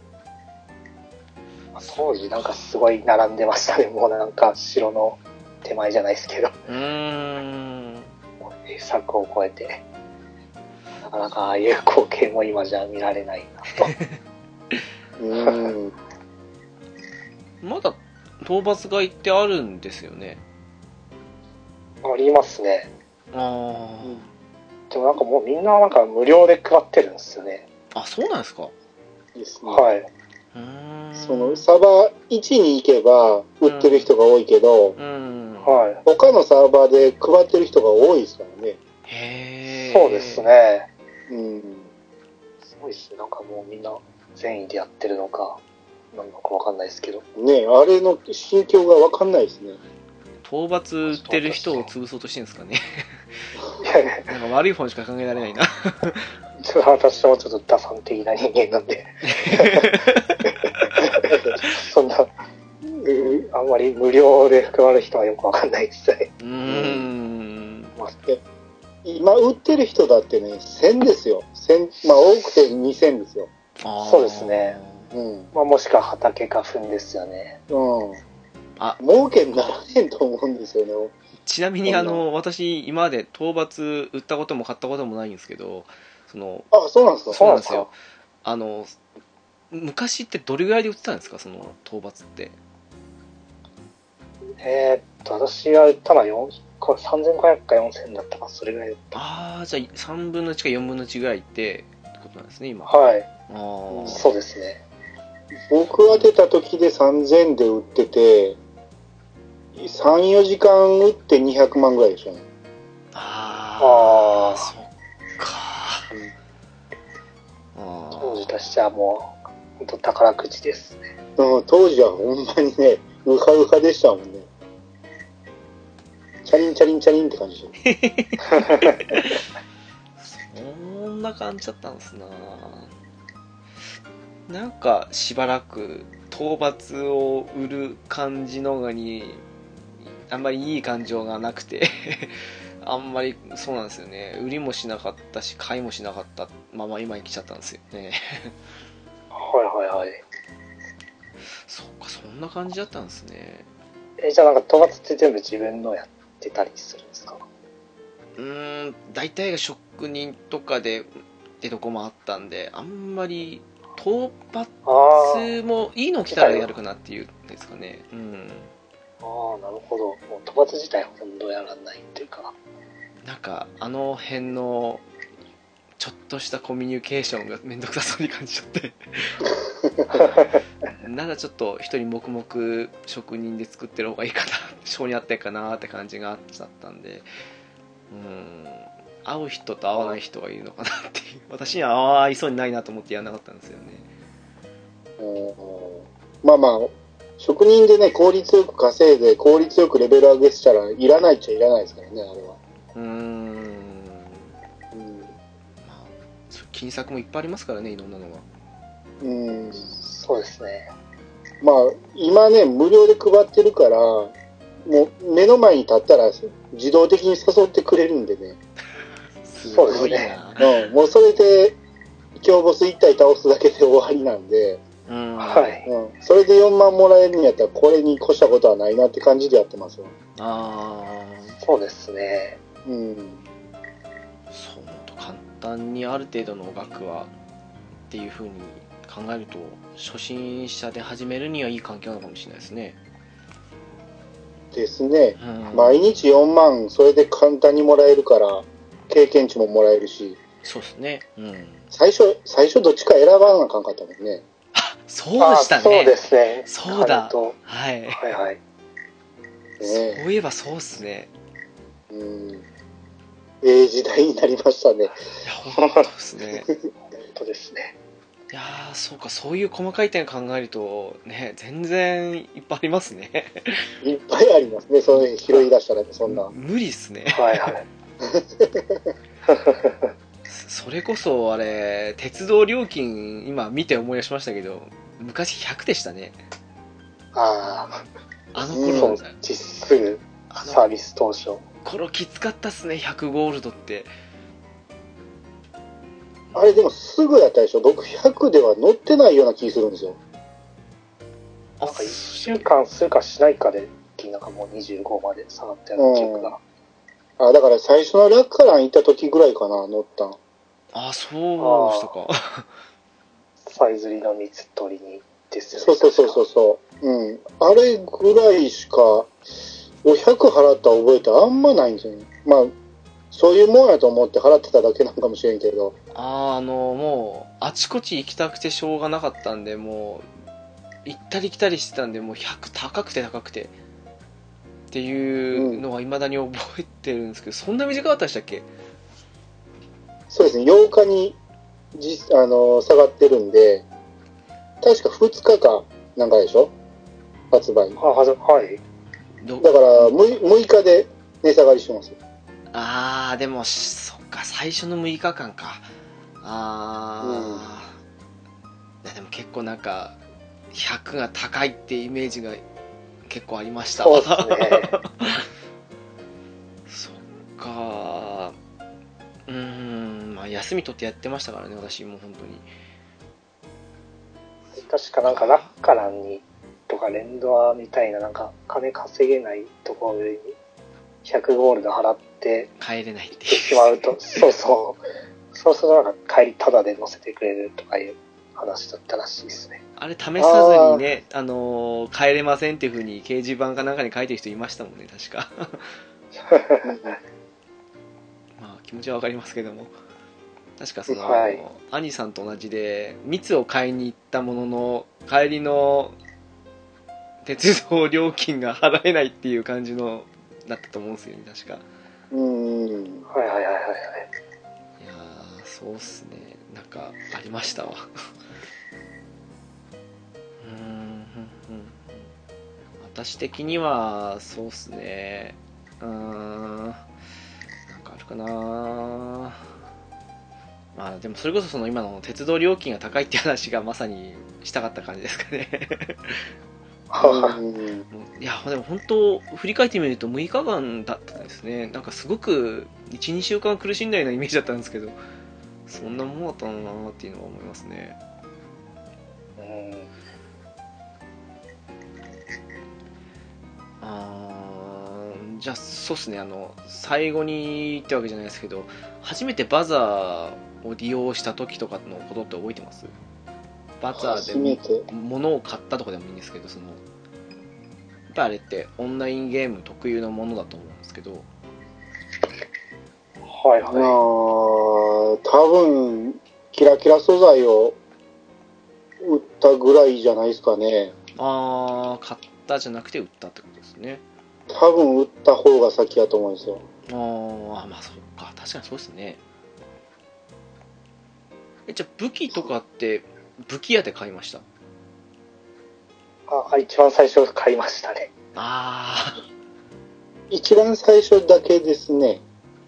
当時なんかすごい並んでましたね。もうなんか城の手前じゃないですけど、 うーん。 柵を越えて、なかなかああいう光景も今じゃ見られないなと。 うん。 まだ討伐が行ってあるんですよね。 ありますね。 ああ。 でもなんかもうみんななんか無料で配ってるんですよね。 あ、そうなんですか。 ですね。 はい。 うーん。 そのサーバーいちに行けば売ってる人が多いけど、 うん。 はい。 他のサーバーで配ってる人が多いですからね。 へえ。 そうですね。 うん。 すごいですね。なんかもうみんな善意でやってるのか、なんのかわかんないですけど。 ね、あれの心境がわかんないですね。 討伐売ってる人を潰そうとしてるんですかね。 いやいや、 なんか悪い方しか考えられないな。 ちょっと私もちょっと打算的な人間なんで。そんな、あんまり無料で配る人はよくわかんないですね。 うーん。 まあ、今売ってる人だってね、せんですよ。せん、まあ多くてにせんですよ。 そうですね。 うん。 まあ、もしくは畑か糞ですよね。 うん。 あ、 儲けにならへんと思うんですよね。 ちなみにあの私今まで討伐売ったことも買ったこともないんですけど、そのあ、そうなんですか。 そうなんですよ。あの昔ってどれぐらいで売ってたんですか、その討伐って。 えー、っと、私が売ったのはさんぜんごひゃくかよんせんだったか、それぐらいだった。 ああ、じゃあさんぶんのいちかよんぶんのいちぐらいってことなんですね、今。 はい。 ああ。 そうですね。 僕が出た時でさんぜんで売ってて、さん、よじかん売ってにひゃくまんぐらいでしょうね。 ああ、そっか。 うん、当時としてはもう、本当宝くじですね。 うん、当時はほんまにね、ウハウハでしたもんね。チャリンチャリンチャリンって感じでそんな感じだったんですな。なんかしばらく討討伐を売る感じのにあんまりいい感情がなくてあんまりそうなんですよね。売りもしなかったし買いもしなかったまま今に来ちゃったんですよねはいはいはい。 そっか、そんな感じだったんですね。 え、じゃあなんか討伐って全部自分のやってたりするんですか？ うーん、大体が職人とかでってとこもあったんで、あんまり討伐もいいの来たらやるかなっていうんですかね。うん。 ああ、なるほど。もう討伐自体ほとんどやらないっていうか。 なんかあの辺のちょっとしたコミュニケーションがめんどくさそうに感じちゃってならちょっと一人黙々職人で作ってる方がいいかな、性に合ってるかなって感じがあっちゃったんで、うん、会う人と会わない人がいるのかなっていう、私には合いそうにないなと思ってやらなかったんですよね。 うん、まあまあ職人でね効率よく稼いで効率よくレベル上げしたらいらないっちゃいらないですからね、あれは。 うーん、うん、まあ金策もいっぱいありますからね、いろんなのが。 うん、 そうですね。 まあ今ね無料で配ってるからもう目の前に立ったら自動的に誘ってくれるんでね。 すごいな。 うん、もうそれで強ボスいち体倒すだけで終わりなんで、 うん、 はい、 うん、それでよんまんもらえるんやったらこれに越したことはないなって感じでやってますよ。 ああ、そうですね。 うん、 そう思うと簡単にある程度の額はっていう風に考えると初心者で始めるにはいい環境なのかもしれないですね。 ですね、 うん、 毎日よんまんそれで簡単にもらえるから経験値ももらえるし。 そうですね、うん、 最初最初どっちか選ばなあかんかったもんね。 あ、そうでしたね。 そうですね。 そうだ、 はい、はいはい、ね、 そういえばそうっすね。 うん、ええ時代になりましたね。 いや本当ですね本当ですね。 いやー、そうか、そういう細かい点考えるとね、全然いっぱいありますねいっぱいありますね、そういう拾い出したらそんな。 無理っすね。 はいはいそれこそあれ鉄道料金今見て思い出しましたけど、昔ひゃくでしたね。 ああ、 あの頃、 うん、実数サービス当初頃きつかったっすね、ひゃくゴールドって。 あれでもすぐやったでしょ。僕ひゃくでは乗ってないような気するんですよ。 なんかいっしゅうかんするかしないかで金額がもうにじゅうごまで下がったような記憶が、 うん、あだから最初のラッカラン行った時ぐらいかな、乗ったん。 あ、そうでしたか。 さえずりの三つ取りにですよね。 そうそうそうそうそう、うん、あれぐらいしかおひゃく払った覚えてあんまないんですよね。まあそういうもんやと思って払ってただけなのかもしれんけど、 ああのもうあちこち行きたくてしょうがなかったんで、もう行ったり来たりしてたんで、もうひゃく高くて高くてっていうのは未だに覚えてるんですけど、そんな短かったでしたっけ？ そうですね、ようかに実あの下がってるんで、確かふつかかなんかでしょ、発売。 あ、はず、はい。 だから 6, 6日で値下がりしてます。 ああ、でもそっか、最初のむいかかんか。ああ、うん、いやでも結構なんかひゃくが高いってイメージが結構ありました。 そうですねそっか。うーん、まあ休み取ってやってましたからね、私も本当に。 確かなんかラッカランにとかレンドアみたいななんか金稼げないところにひゃくゴールド払って帰れないっていうしまうと、そうそう、そうするとなんか帰りタダで乗せてくれるとかいう話だったらしいですね。 あれ試さずにね、あ、あのー、帰れませんっていう風に掲示板かなんかに書いてる人いましたもんね、確かまあ気持ちはわかりますけども、確かその、はい、兄さんと同じで蜜を買いに行ったものの帰りの鉄道料金が払えないっていう感じのだったと思うんですよね、確か。 うーん、 はいはいはいはいはい。 いやー、そうっすね、なんかありましたわうーん、うん、私的にはそうっすね、うーん、なんかあるかな。 まあでもそれこそその今の鉄道料金が高いっていう話がまさにしたかった感じですかね。いやでも本当振り返ってみるとむいかかんだったんですね。なんかすごくいち、にしゅうかん苦しんだようなイメージだったんですけど、そんなもんだったのかなっていうのは思いますね。 うん、 あーじゃあそうっすね、あの最後にってわけじゃないですけど、初めてバザーを利用した時とかのことって覚えてます？バザーで物を買ったとかでもいいんですけど、そのやっぱあれってオンラインゲーム特有のものだと思うんですけど。 はいはい。 まあ、多分キラキラ素材を売ったぐらいじゃないですかね。 ああ、買ったじゃなくて売ったってことですね。 多分売った方が先だと思うんですよ。 ああ、まあそっか、確かにそうですね。え、じゃあ武器とかって武器屋で買いました？ あ、一番最初買いましたね。 ああ。 一番最初だけですね。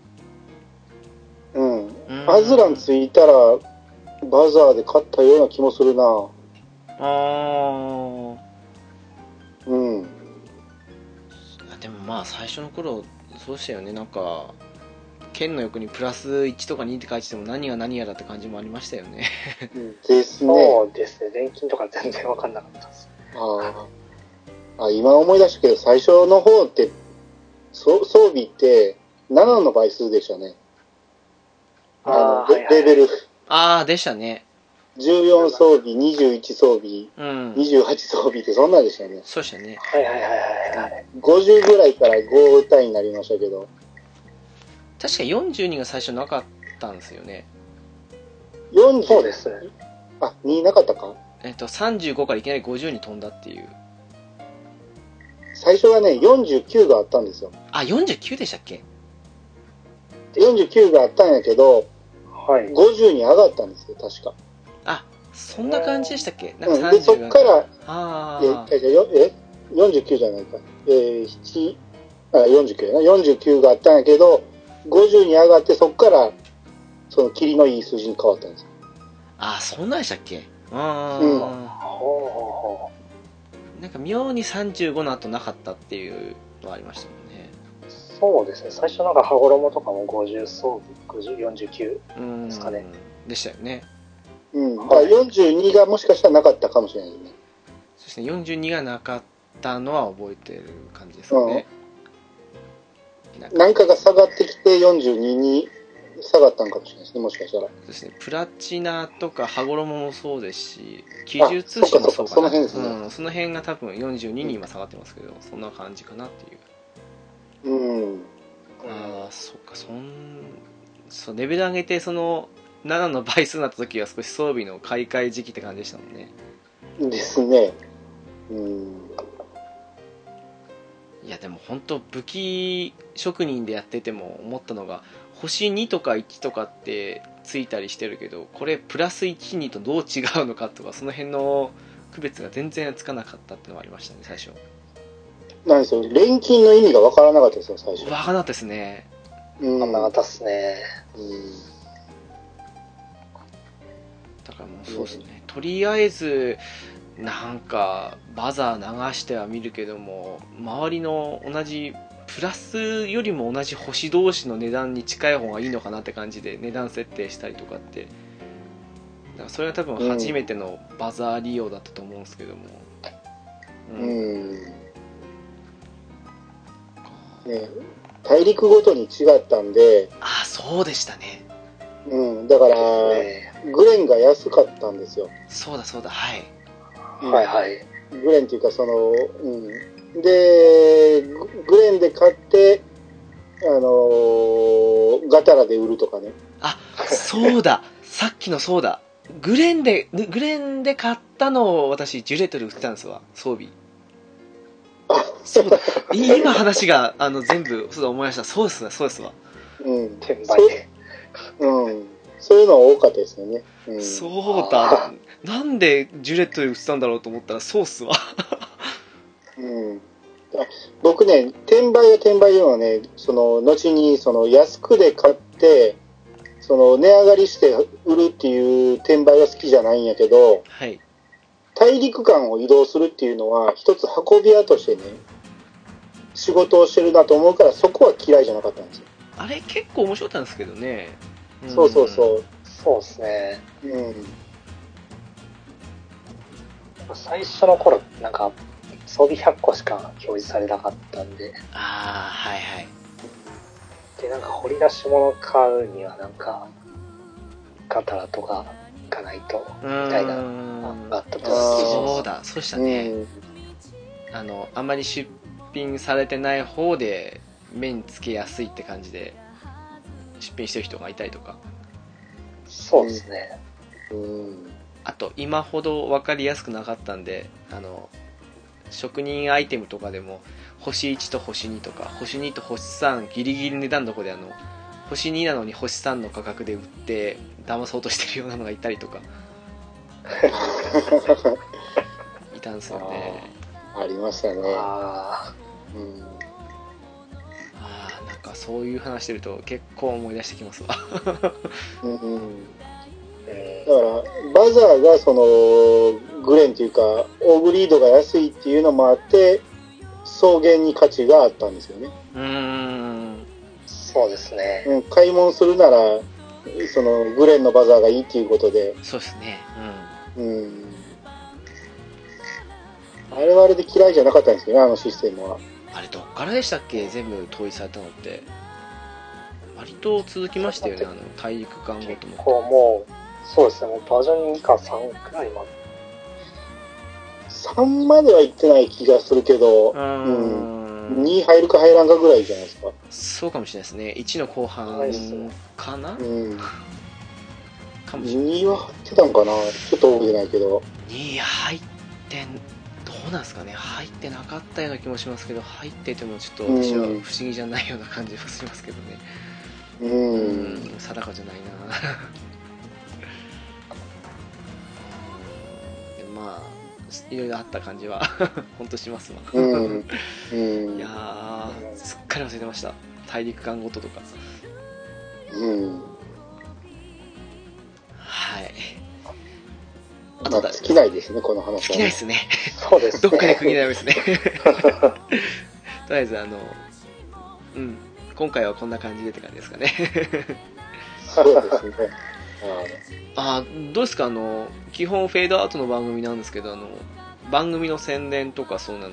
うん。 うんアズランついたらバザーで買ったような気もするな。 ああ。 うん。 でもまあ最初の頃そうでしたよね。なんか剣の横にプラスいちとかにって書いてても何が何やらって感じもありましたよね。 ですね。 そうですね。錬金とか全然分かんなかったです。 ああ、今思い出したけど、最初の方ってそ装備ってななの倍数でしたね。あの、 あー、 レレベルああでしたね。 じゅうよん装備、にじゅういち装備、 うん。 にじゅうはち装備ってそんなんでしたね。 そうでしたね。 はいはいはいはいはい。 ごじゅうぐらいからご単位になりましたけど。 確かよんじゅうにが最初なかったんですよね。 よんじゅうそうですね。 あ、になかったか。 えっとさんじゅうごからいきなりごじゅうに飛んだっていう。 最初はね、よんじゅうきゅうがあったんですよ。 あ、よんじゅうきゅうでしたっけ？ よんじゅうきゅうがあったんやけど、 はい。 ごじゅうに上がったんですよ、確か。 あ、そんな感じでしたっけ？なんかうん、 さんで、 じゅうがそっから、 あえ、え、よえよんじゅうきゅうじゃないか。えー、なな、あ、よんじゅうきゅうやな。よんじゅうきゅうがあったんやけど、ごじゅうに上がって、そっから、その、霧のいい数字に変わったんですよ。 あ、そんなんでしたっけ？ああ、 うんほうほうほなんか妙にさんじゅうごの後なかったっていうのはありましたもんね。 う。そうですね。最初なんか羽衣とかもごじゅう装備、ごじゅう、よんじゅうきゅう。 うんですかね。 でしたよね。 うん。だからよんじゅうにがもしかしたらなかったかもしれないですね。 そしてよんじゅうにがなかったのは覚えてる感じですかね。 うん、なんかが下がってきてよんじゅうにに下がったのかもしれないですね、もしかしたら。 そうですね。プラチナとか羽衣もそうですし、奇獣通信もそうかな。 そっかそっかその辺ですね。 うん、その辺が多分よんじゅうにに今下がってますけど、そんな感じかなっていう。 うん。 ああ、そっか、そん、そう、レベル上げて、その、ななの倍数になった時は少し装備の買い替え時期って感じでしたもんね。 ですね。うん。 いや、でも本当武器職人でやってても思ったのが、星にとかいちとかってついたりしてるけど、これプラスいち、にとどう違うのかとか、その辺の区別が全然つかなかったっていうのがありましたね、最初。 なんですよ。錬金の意味がわからなかったですよ、最初。 わからなかったですね。 うん。 分かんなかったっすね。 うんだからもうそうですね、とりあえずなんかバザー流しては見るけども、周りの同じプラスよりも同じ星同士の値段に近い方がいいのかなって感じで値段設定したりとかって、だからそれは多分初めてのバザー利用だったと思うんですけども、 うん、うんね、大陸ごとに違ったんで、 ああそうでしたね。 うん、だからグレンが安かったんですよ。 そうだそうだ、はい、 うん、 はいはい。 グレンっていうかその、うん、でグレンで買ってあのー、ガタラで売るとかね。 あ、そうださっきのそうだグレンでグレンで買ったのを私ジュレットで売ってたんですわ、装備。そうだ、今話があの全部そうだ思い出した。そうですわそうですわ、 うん、 転売で。 うん、そういうの多かったですよね。うん、 そうだ、なんでジュレットで売ってたんだろうと思ったらそうっすわ。 うん、僕ね、転売は転売でもね、その後にその安くで買って、 その値上がりして売るっていう転売が好きじゃないんやけど、 はい。 大陸間を移動するっていうのは一つ運び屋としてね、仕事をしてるなと思うから、そこは嫌いじゃなかったんですよ。 あれ結構面白かったんですけどね。 そうそうそう。 そうですね。 うん。 最初の頃、なんか、装備ひゃっこしか表示されなかったんで。 ああ、はいはい。 で、なんか掘り出し物買うには、なんか、ガタラとか行かないと、みたいな、があったとそうだ、そうしたね。あの、あんまり出品されてない方で、目につけやすいって感じで、出品してる人がいたりとか。 そうですね。 うん。 あと、今ほど分かりやすくなかったんで、あの、職人アイテムとかでも、星いちと星にとか、星にと星さん、ギリギリ値段どこであの、星になのに星さんの価格で売って、騙そうとしてるようなのがいたりとか。いたんですよね。 ありましたね。 あー、うん、 あー、なんかそういう話してると結構思い出してきますわ。 うんうん、だからバザーがそのグレンというかオーグリードが安いっていうのもあって草原に価値があったんですよね。 うーん、 そうですね、 うん、買い物するならそのグレンのバザーがいいっていうことで。 そうですね。 うん、うん、あれはあれで嫌いじゃなかったんですけどね、あのシステムは。 あれどっからでしたっけ、全部統一されたのって。割と続きましたよね、あの大陸間ごとも。 結構もうそうですね、もうバージョンにかさんくらいまで。 さんまでは行ってない気がするけど、 うーん、 うん、に入るか入らんかぐらいじゃないですか。 そうかもしれないですね。いちの後半かな、 うん、 かもしれない、ね、 には入ってたんかな、ちょっと覚えてないけど。 に入ってん、どうなんですかね、入ってなかったような気もしますけど、入っててもちょっと私は不思議じゃないような感じがしますけどね。 うん、 うん、定かじゃないな。まあいろいろあった感じは本当しますわ。 うんうん、 いやー、すっかり忘れてました、大陸間ごととか。 うん、 はい。 あと、まあ、尽きないですね、この話は、ね。 尽きないですね。 そうですね。 どっかで区切りないですね。とりあえず、あの、うん、今回はこんな感じでって感じですかね。 そうですね。 あ、どうですか、あの、基本フェードアウトの番組なんですけど、あの、番組の宣伝とかそうなのって。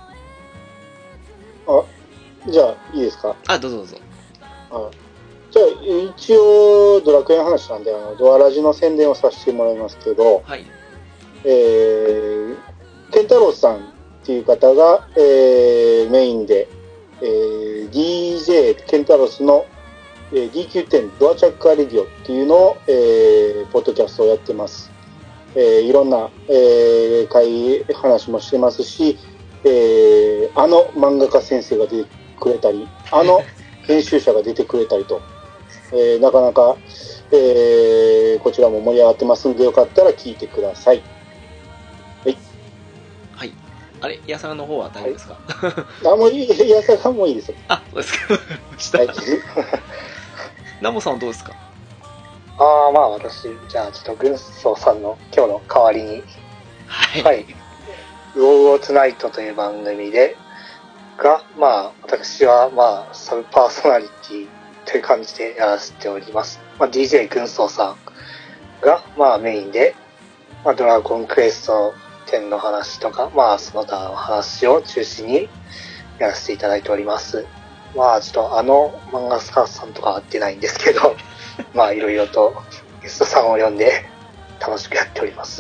あ、じゃあ、いいですか。 あ、どうぞどうぞ。 あ、じゃあ、一応、ドラクエの話なんで、あの、ドアラジの宣伝をさせてもらいますけど、 はい。 えー、ケンタロウさんっていう方が、えー、メインで、えー、ディージェー ケンタロスの、えー、ディーキューテン ドアチャッカーレディオっていうのを、えー、ポッドキャストをやってます。えー、いろんな、えー、会話もしてますし、えー、あの漫画家先生が出てくれたり、あの編集者が出てくれたりと、えー、なかなか、えー、こちらも盛り上がってますんで、よかったら聞いてください。はい。 はい。あれ、矢さんの方は大丈夫ですか？ はい、あ、もういい、矢さんもいいですよ。 あ、そうですか。した。はい。ナモさんはどうですか？ ああ、まあ私、じゃあちょっと軍曹さんの今日の代わりに、 はい。 はい。ウォー・オー・ツナイトという番組で、が、まあ私はまあサブパーソナリティという感じでやらせております。まあ ディージェー 軍曹さんがまあメインで、まあドラゴンクエストテンの話とか、まあその他の話を中心にやらせていただいております。まあちょっとあの漫画スカーさんとかは会ってないんですけど、まあいろいろとゲストさんを呼んで楽しくやっております。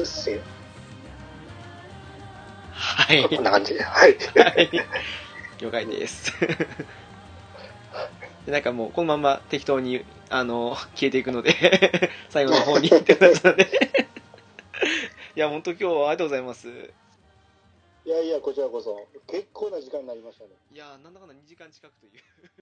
はい。 こんな感じで。はい。 はい。了解です。でなんかもうこのまま適当にあの消えていくので最後の方にって感じなのでいや本当今日はありがとうございます。 いやいや、こちらこそ結構な時間になりましたね。 いやなんだかんだにじかん近くという